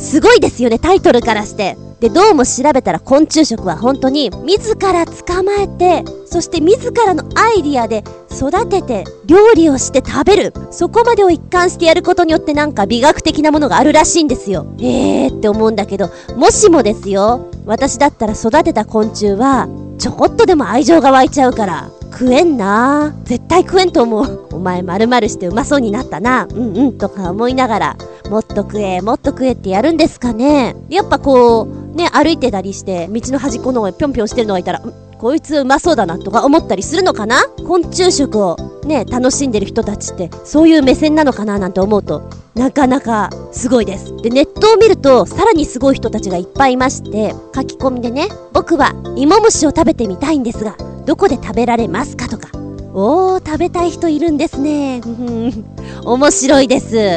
すごいですよね、タイトルからして。で、どうも調べたら昆虫食は本当に自ら捕まえて、そして自らのアイディアで育てて料理をして食べる、そこまでを一貫してやることによってなんか美学的なものがあるらしいんですよ。って思うんだけど、もしもですよ、私だったら育てた昆虫はちょこっとでも愛情が湧いちゃうから食えんな、絶対食えんと思う。お前丸々してうまそうになったな、とか思いながら、もっと食えってやるんですかね。やっぱこうね、歩いてたりして道の端っこの方へぴょんぴょんしてるのがいたら、こいつうまそうだなとか思ったりするのかな。昆虫食をね、楽しんでる人たちってそういう目線なのかななんて思うと、なかなかすごいです。で、ネットを見るとさらにすごい人たちがいっぱいいまして、書き込みでね、僕は芋虫を食べてみたいんですが、どこで食べられますかとか。食べたい人いるんですね。面白いです。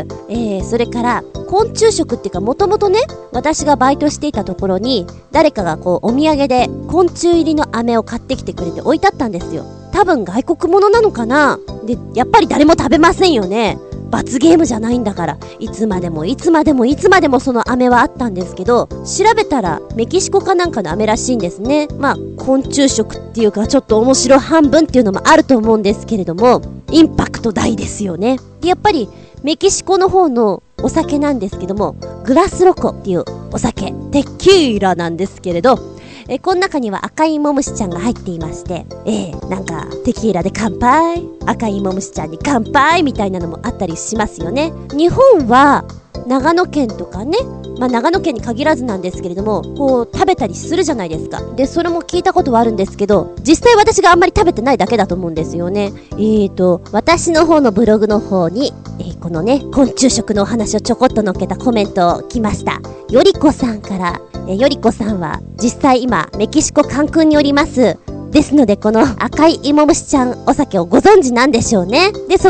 それから昆虫食っていうか、もともとね、私がバイトしていたところに誰かがこうお土産で昆虫入りの飴を買ってきてくれて置いてあったんですよ。多分外国物なのかな。で、やっぱり誰も食べませんよね。罰ゲームじゃないんだから、いつまでもその飴はあったんですけど、調べたらメキシコかなんかの飴らしいんですね。まあ昆虫食っていうか、ちょっと面白半分っていうのもあると思うんですけれども、インパクト大ですよね。で、やっぱりメキシコの方のお酒なんですけども、グラスロコっていうお酒、テキーラなんですけれど、この中には赤い芋虫ちゃんが入っていまして、なんかテキーラで乾杯、赤い芋虫ちゃんに乾杯みたいなのもあったりしますよね。日本は長野県とかね、長野県に限らずなんですけれども、こう食べたりするじゃないですか。で、それも聞いたことはあるんですけど、実際私があんまり食べてないだけだと思うんですよね。私の方のブログの方に、このね、昆虫食のお話をちょこっと載っけたコメントを来ました。よりこさんから、よりこさんは実際今メキシコカンクンにおります。ですので、この赤い芋虫ちゃんお酒をご存知なんでしょうね。で、その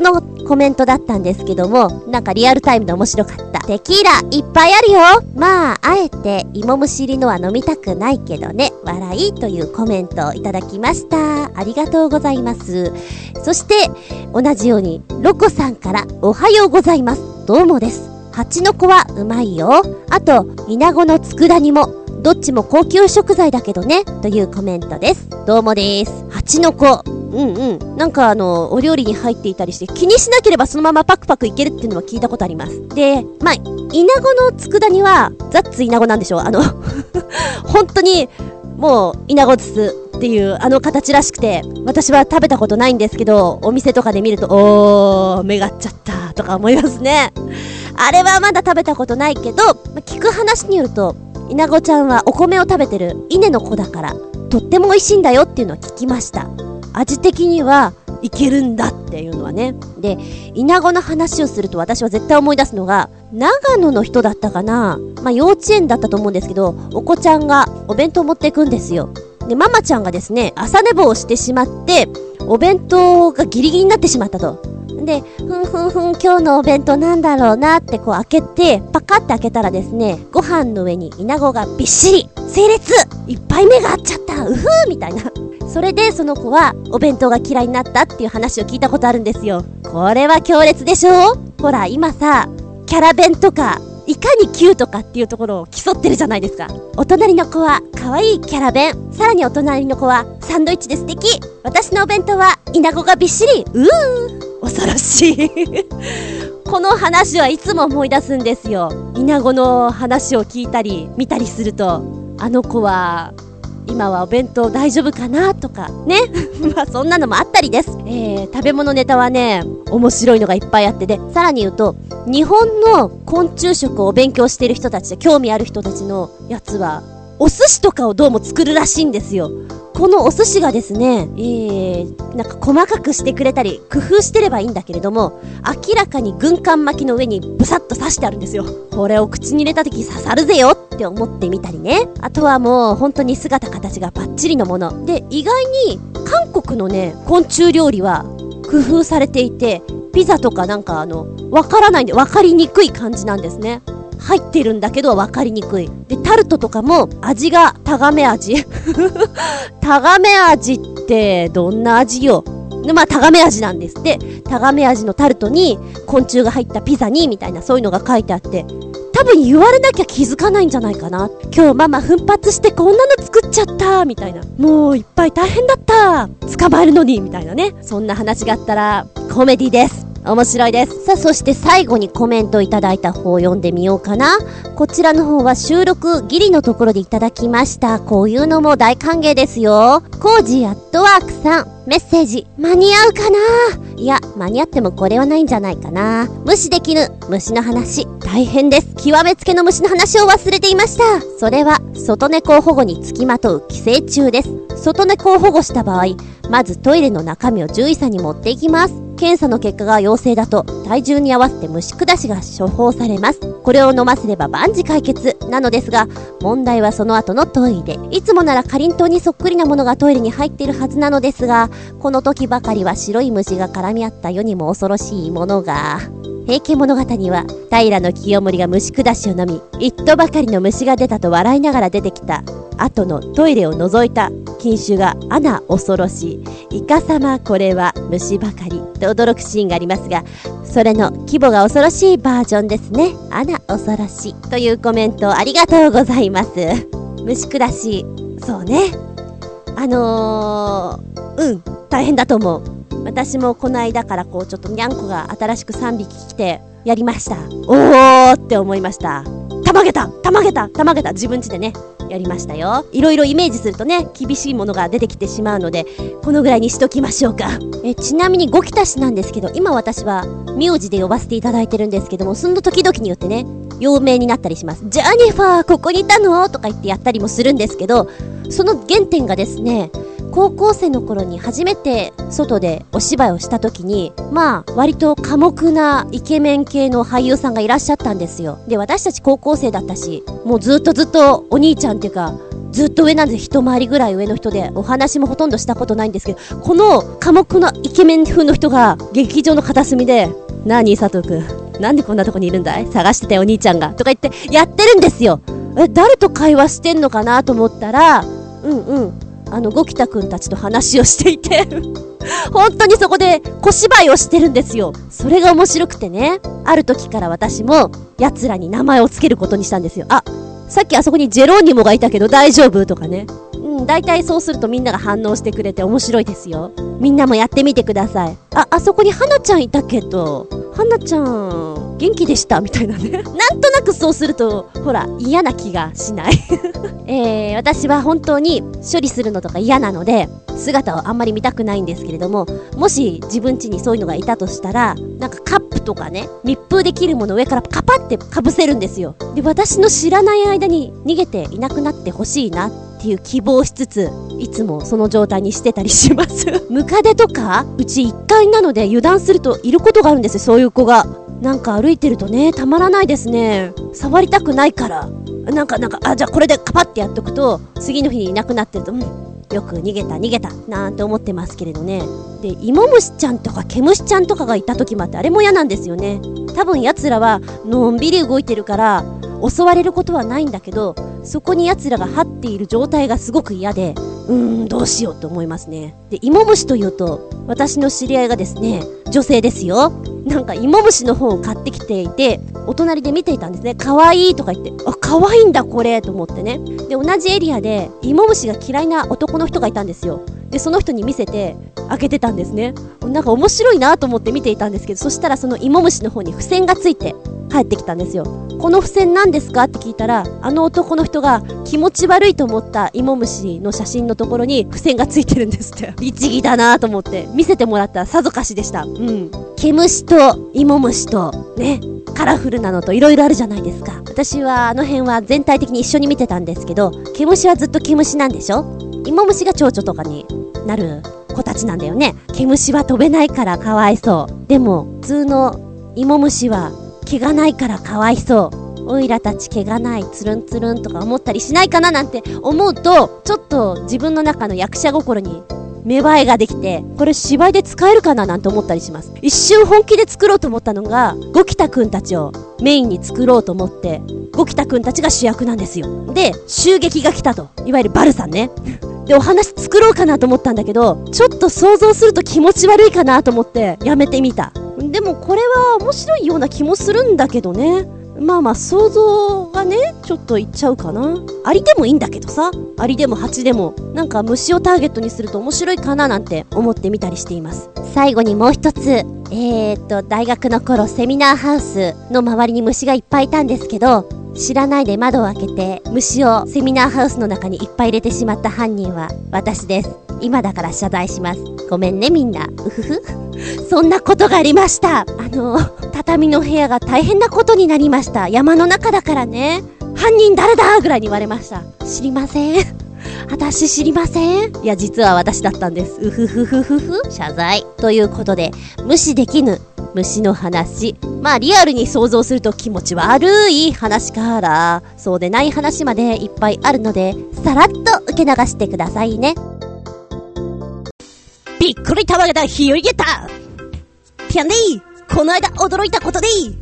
コメントだったんですけども、なんかリアルタイムで面白かった。テキーラいっぱいあるよ。まあ、あえて芋虫入りのは飲みたくないけどね。笑いというコメントをいただきました。ありがとうございます。そして、同じように、ロコさんからおはようございます。どうもです。蜂の子はうまいよ。あと、イナゴの佃煮も。どっちも高級食材だけどね。というコメントです。どうもです。蜂の子。なんかお料理に入っていたりして、気にしなければそのままパクパクいけるっていうのは聞いたことあります。で、まあ、イナゴの佃煮は、ザッツイナゴなんでしょう。本当に、もう、イナゴツっていう形らしくて、私は食べたことないんですけど、お店とかで見ると、目が合っちゃったとか思いますね。あれはまだ食べたことないけど、聞く話によると、イナゴちゃんはお米を食べてる稲の子だから、とっても美味しいんだよっていうのは聞きました。味的にはいけるんだっていうのはね。で、イナゴの話をすると私は絶対思い出すのが、長野の人だったかな、幼稚園だったと思うんですけど、お子ちゃんがお弁当を持っていくんですよ。で、ママちゃんがですね、朝寝坊をしてしまって、お弁当がギリギリになってしまったと。で、今日のお弁当なんだろうなってこう開けて、パカって開けたらですね、ご飯の上にイナゴがびっしり整列いっぱい目が合っちゃった、みたいな。それでその子はお弁当が嫌いになったっていう話を聞いたことあるんですよ。これは強烈でしょ。ほら今さ、キャラ弁とかいかにキューとかっていうところを競ってるじゃないですか。お隣の子は可愛いキャラ弁、さらにお隣の子はサンドイッチで素敵、私のお弁当はイナゴがびっしり、恐ろしいこの話はいつも思い出すんですよ。イナゴの話を聞いたり見たりすると、あの子は今はお弁当大丈夫かなとかねまあそんなのもあったりです。食べ物ネタはね、面白いのがいっぱいあって、でさらに言うと、日本の昆虫食を勉強している人たちで興味ある人たちのやつはお寿司とかをどうも作るらしいんですよ。このお寿司がですね、なんか細かくしてくれたり工夫してればいいんだけれども、明らかに軍艦巻きの上にブサッと刺してあるんですよ。これを口に入れた時刺さるぜよって思ってみたりね。あとはもう本当に姿形がバッチリのもので、意外に韓国のね昆虫料理は工夫されていて、ピザとかなんかわからないんで分かりにくい感じなんですね。入ってるんだけど分かりにくい。で、タルトとかも味がタガメ味タガメ味ってどんな味よ。で、タガメ味なんですって。タガメ味のタルトに昆虫が入ったピザにみたいな、そういうのが書いてあって、多分言われなきゃ気づかないんじゃないかな。今日ママ奮発してこんなの作っちゃったみたいな、もういっぱい大変だった捕まえるのにみたいなね、そんな話があったらコメディです。面白いです。さあ、そして最後にコメントいただいた方を読んでみようかな。こちらの方は収録ギリのところでいただきました。こういうのも大歓迎ですよ。コージーアットワークさん、メッセージ間に合うかな。いや、間に合ってもこれはないんじゃないかな。無視できぬ虫の話、大変です。極めつけの虫の話を忘れていました。それは外猫を保護につきまとう寄生虫です。外猫を保護した場合、まずトイレの中身を獣医さんに持っていきます。検査の結果が陽性だと体重に合わせて虫下しが処方されます。これを飲ませれば万事解決なのですが、問題はその後のトイレ。いつもならかりんとうにそっくりなものがトイレに入っているはずなのですが、この時ばかりは白い虫が絡み合った世にも恐ろしいものが。平家物語には平清盛が虫下しを飲み、一頭ばかりの虫が出たと笑いながら出てきた後のトイレを覗いた禁酒が穴恐ろしい、いかさまこれは虫ばかりと驚くシーンがありますが、それの規模が恐ろしいバージョンですね。穴恐ろしいというコメントありがとうございます。虫下し、そうね、大変だと思う。私もこの間からちょっとにゃんこが新しく3匹来てやりました。おーって思いました。たまげた自分家でねやりましたよ。いろいろイメージするとね、厳しいものが出てきてしまうので、このぐらいにしときましょうか。ちなみにゴキタシなんですけど、今私は名字で呼ばせていただいてるんですけども、その時々によってね幼名になったりします。ジャニファーここにいたのとか言ってやったりもするんですけど、その原点がですね、高校生の頃に初めて外でお芝居をした時に、割と寡黙なイケメン系の俳優さんがいらっしゃったんですよ。で、私たち高校生だったし、もうずっとお兄ちゃんっていうかずっと上なんです。一回りぐらい上の人で、お話もほとんどしたことないんですけど、この寡黙なイケメン風の人が劇場の片隅で、なに佐藤くん、なんでこんなとこにいるんだい、探してたよお兄ちゃんがとか言ってやってるんですよ。誰と会話してんのかなと思ったら、ゴキタくんたちと話をしていて本当にそこで小芝居をしてるんですよ。それが面白くてね、ある時から私も奴らに名前をつけることにしたんですよ。あ、さっきあそこにジェロニモがいたけど大丈夫とかね。だいたいそうするとみんなが反応してくれて面白いですよ。みんなもやってみてください。あそこに花ちゃんいたけど、花ちゃん元気でしたみたいなね。なんとなくそうするとほら嫌な気がしない私は本当に処理するのとか嫌なので姿をあんまり見たくないんですけれども、もし自分家にそういうのがいたとしたら、なんかカップとかね、密封できるものを上からカパってかぶせるんですよ。で、私の知らない間に逃げていなくなってほしいなっていう希望をしつつ、いつもその状態にしてたりしますムカデとか、うち1階なので油断するといることがあるんですよ、そういう子が。なんか歩いてるとね、たまらないですね。触りたくないからなんかじゃあこれでカパってやっとくと、次の日にいなくなってると、よく逃げたなんて思ってますけれどね。で、イモムシちゃんとかケムシちゃんとかがいた時もあって、あれも嫌なんですよね。多分奴らはのんびり動いてるから襲われることはないんだけど、そこに奴らが張っている状態がすごく嫌で、どうしようと思いますね。で、イモムシというと、私の知り合いがですね、女性ですよ。なんかイモムシの本を買ってきていて、お隣で見ていたんですね。可愛いとか言って、可愛いんだこれと思ってね。で、同じエリアでイモムシが嫌いな男の人がいたんですよ。で、その人に見せて開けてたんですね。なんか面白いなと思って見ていたんですけど、そしたらそのイモムシの方に付箋がついて帰ってきたんですよ。この付箋何ですかって聞いたら、あの男の人が気持ち悪いと思ったイモムシの写真のところに付箋がついてるんですって。律儀だなと思って見せてもらったらさぞかしでした。毛虫とイモムシとね、カラフルなのと色々あるじゃないですか。私はあの辺は全体的に一緒に見てたんですけど、毛虫はずっと毛虫なんでしょ。イモムシが蝶々とかになる子たちなんだよね。毛虫は飛べないからかわいそう。でも普通のイモムシは毛がないからかわいそう。おいらたち毛がない、つるんつるんとか思ったりしないかななんて思うと、ちょっと自分の中の役者心に芽生えができて、これ芝居で使えるかななんて思ったりします。一瞬本気で作ろうと思ったのが、ゴキタくんたちをメインに作ろうと思って、ゴキタくんたちが主役なんですよ。で、襲撃が来たと。いわゆるバルさんね。で、お話作ろうかなと思ったんだけど、ちょっと想像すると気持ち悪いかなと思ってやめてみた。でもこれは面白いような気もするんだけどね。まあ想像がね、ちょっといっちゃうかな。アリでもいいんだけどさ、アリでもハチでも、なんか虫をターゲットにすると面白いかななんて思ってみたりしています。最後にもう一つ、大学の頃セミナーハウスの周りに虫がいっぱいいたんですけど、知らないで窓を開けて虫をセミナーハウスの中にいっぱい入れてしまった犯人は私です。今だから謝罪します。ごめんねみんな。うふふ。そんなことがありました。畳の部屋が大変なことになりました。山の中だからね。犯人誰だぐらいに言われました。知りません。私知りません。いや実は私だったんです。うふふふふふ。謝罪。ということで、無視できぬ虫の話。まあリアルに想像すると気持ち悪い話からそうでない話までいっぱいあるので、さらっと受け流してくださいね。びっくりたまげたひよりげたぴゃんでいい。この間驚いたことでいい。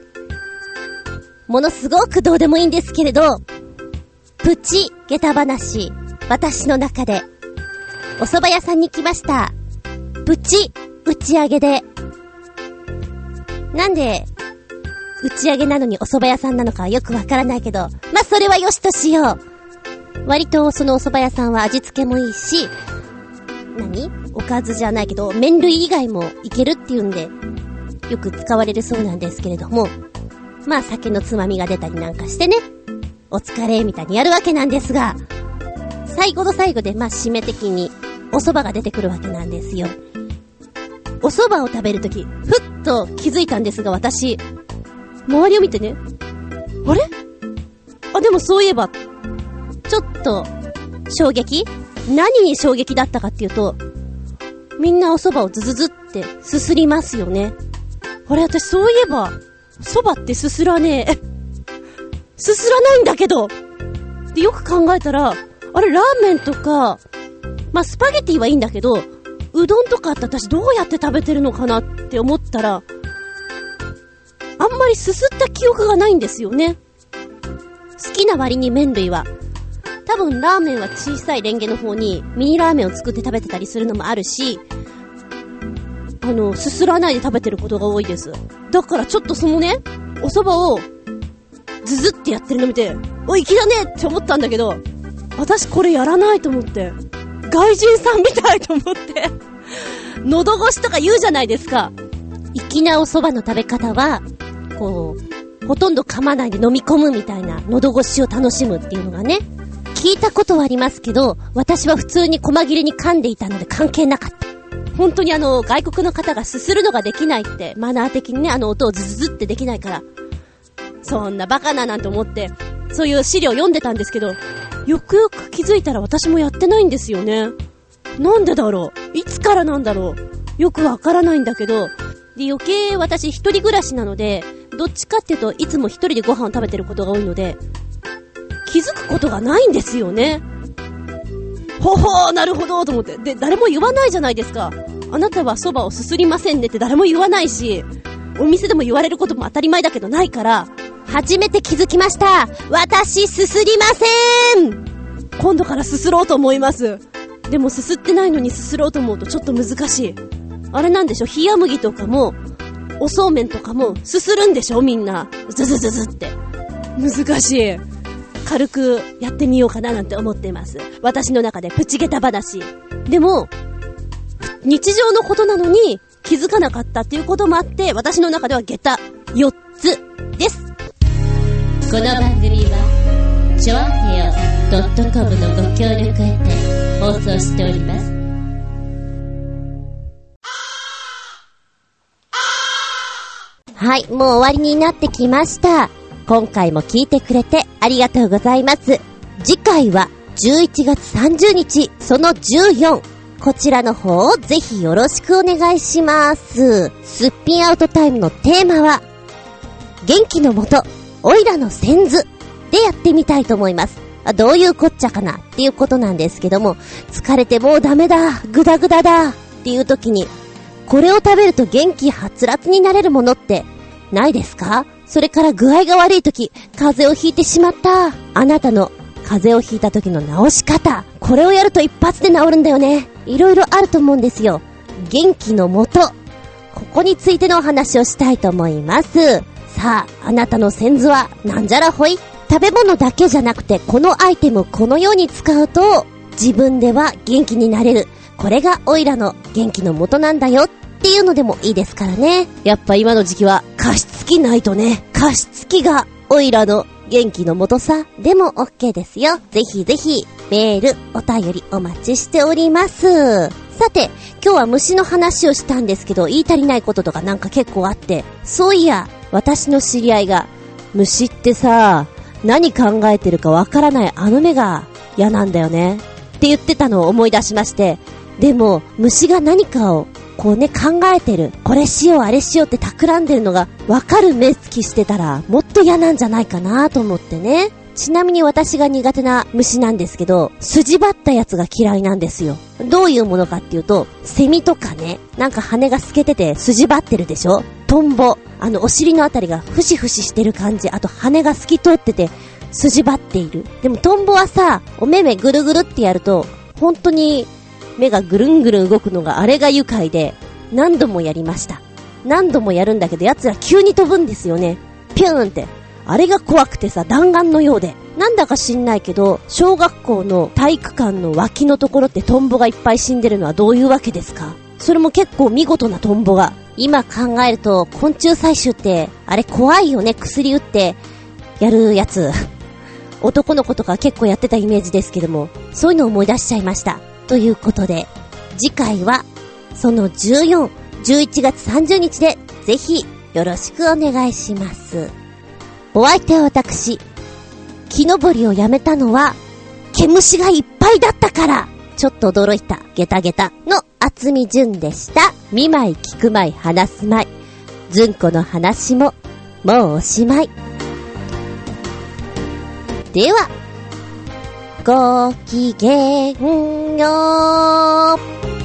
ものすごくどうでもいいんですけれど、プチ下駄話。私の中でお蕎麦屋さんに来ました。プチ打ち上げで、なんで打ち上げなのにお蕎麦屋さんなのかはよくわからないけど、まあそれはよしとしよう。割とそのお蕎麦屋さんは味付けもいいし、おかずじゃないけど麺類以外もいけるっていうんでよく使われるそうなんですけれども、まあ酒のつまみが出たりなんかしてね、お疲れみたいにやるわけなんですが、最後の最後でまあ締め的にお蕎麦が出てくるわけなんですよ。お蕎麦を食べるときふっと気づいたんですが、私周りを見てね、あれ？でもそういえばちょっと衝撃？何に衝撃だったかっていうと、みんなお蕎麦をズズズってすすりますよね。あれ、私そういえば蕎麦ってすすらねえすすらないんだけど。でよく考えたら、 あれラーメンとか、まあ、スパゲティはいいんだけど、うどんとかって私どうやって食べてるのかなって思ったら、あんまりすすった記憶がないんですよね。好きな割に麺類は、多分ラーメンは小さいレンゲの方にミニラーメンを作って食べてたりするのもあるし、すすらないで食べてることが多いです。だからちょっとそのね、お蕎麦をズズってやってるの見て、おい、粋だねって思ったんだけど、私これやらないと思って、外人さんみたいと思って喉越しとか言うじゃないですか。粋なお蕎麦の食べ方はこうほとんど噛まないで飲み込むみたいな、喉越しを楽しむっていうのがね、聞いたことはありますけど、私は普通に細切れに噛んでいたので関係なかった。本当に外国の方がすするのができないって、マナー的にね、音をズズズってできないから、そんなバカななんて思ってそういう資料読んでたんですけど、よくよく気づいたら私もやってないんですよね。なんでだろう、いつからなんだろう、よくわからないんだけど、で余計私一人暮らしなので、どっちかっていうといつも一人でご飯を食べてることが多いので気づくことがないんですよね。ほほー、なるほどと思って。で、誰も言わないじゃないですか。あなたは蕎麦をすすりませんねって誰も言わないし、お店でも言われることも当たり前だけどないから、初めて気づきました。私すすりません。今度からすすろうと思います。でもすすってないのにすすろうと思うとちょっと難しい。あれなんでしょ、冷麦とかもおそうめんとかもすするんでしょ、みんなズズズズって。難しい。軽くやってみようかななんて思っています。私の中でプチゲタ話。でも日常のことなのに気づかなかったっていうこともあって、私の中ではゲタ4つです。この番組はちょあへよ .com のご協力へて放送しております。はい、もう終わりになってきました。今回も聞いてくれてありがとうございます。次回は11月30日、その14。こちらの方をぜひよろしくお願いします。すっぴんアウトタイムのテーマは、元気のもと、おいらの先図でやってみたいと思います。どういうこっちゃかなっていうことなんですけども、疲れてもうダメだ、グダグダだっていう時に、これを食べると元気はつらつになれるものってないですか？それから具合が悪い時、風邪をひいてしまった。あなたの風邪をひいた時の治し方、これをやると一発で治るんだよね。いろいろあると思うんですよ。元気のもと、ここについてのお話をしたいと思います。さあ、あなたの先祖はなんじゃらほい。食べ物だけじゃなくて、このアイテムこのように使うと自分では元気になれる。これがオイラの元気のもとなんだよっていうのでもいいですからね。やっぱ今の時期は加湿器ないとね。加湿器がオイラの元気のもとさ。でも OK ですよ。ぜひぜひメール、お便りお待ちしております。さて、今日は虫の話をしたんですけど、言い足りないこととかなんか結構あって、そういや私の知り合いが、虫ってさ、何考えてるかわからないあの目が嫌なんだよねって言ってたのを思い出しまして、でも虫が何かをこうね考えてる、これしようあれしようって企んでるのがわかる目つきしてたらもっと嫌なんじゃないかなと思ってね。ちなみに私が苦手な虫なんですけど、筋張ったやつが嫌いなんですよ。どういうものかっていうと、セミとかね、なんか羽が透けてて筋張ってるでしょ。トンボ、お尻のあたりがふしふししてる感じ、あと羽が透き通ってて筋張っている。でもトンボはさ、お目目ぐるぐるってやると本当に目がぐるんぐるん動くのがあれが愉快で、何度もやりました。何度もやるんだけど、奴ら急に飛ぶんですよね。ピューンって。あれが怖くてさ、弾丸のようで。なんだか知んないけど、小学校の体育館の脇のところってトンボがいっぱい死んでるのはどういうわけですか？それも結構見事なトンボが。今考えると昆虫採集ってあれ怖いよね。薬打ってやるやつ。男の子とか結構やってたイメージですけども、そういうのを思い出しちゃいました。ということで、次回はその14、11月30日でぜひよろしくお願いします。お相手は私、木登りをやめたのは毛虫がいっぱいだったから。ちょっと驚いたゲタゲタの厚み純でした。見舞い聞く舞い話す舞い、純子の話ももうおしまい。ではごきげんよう。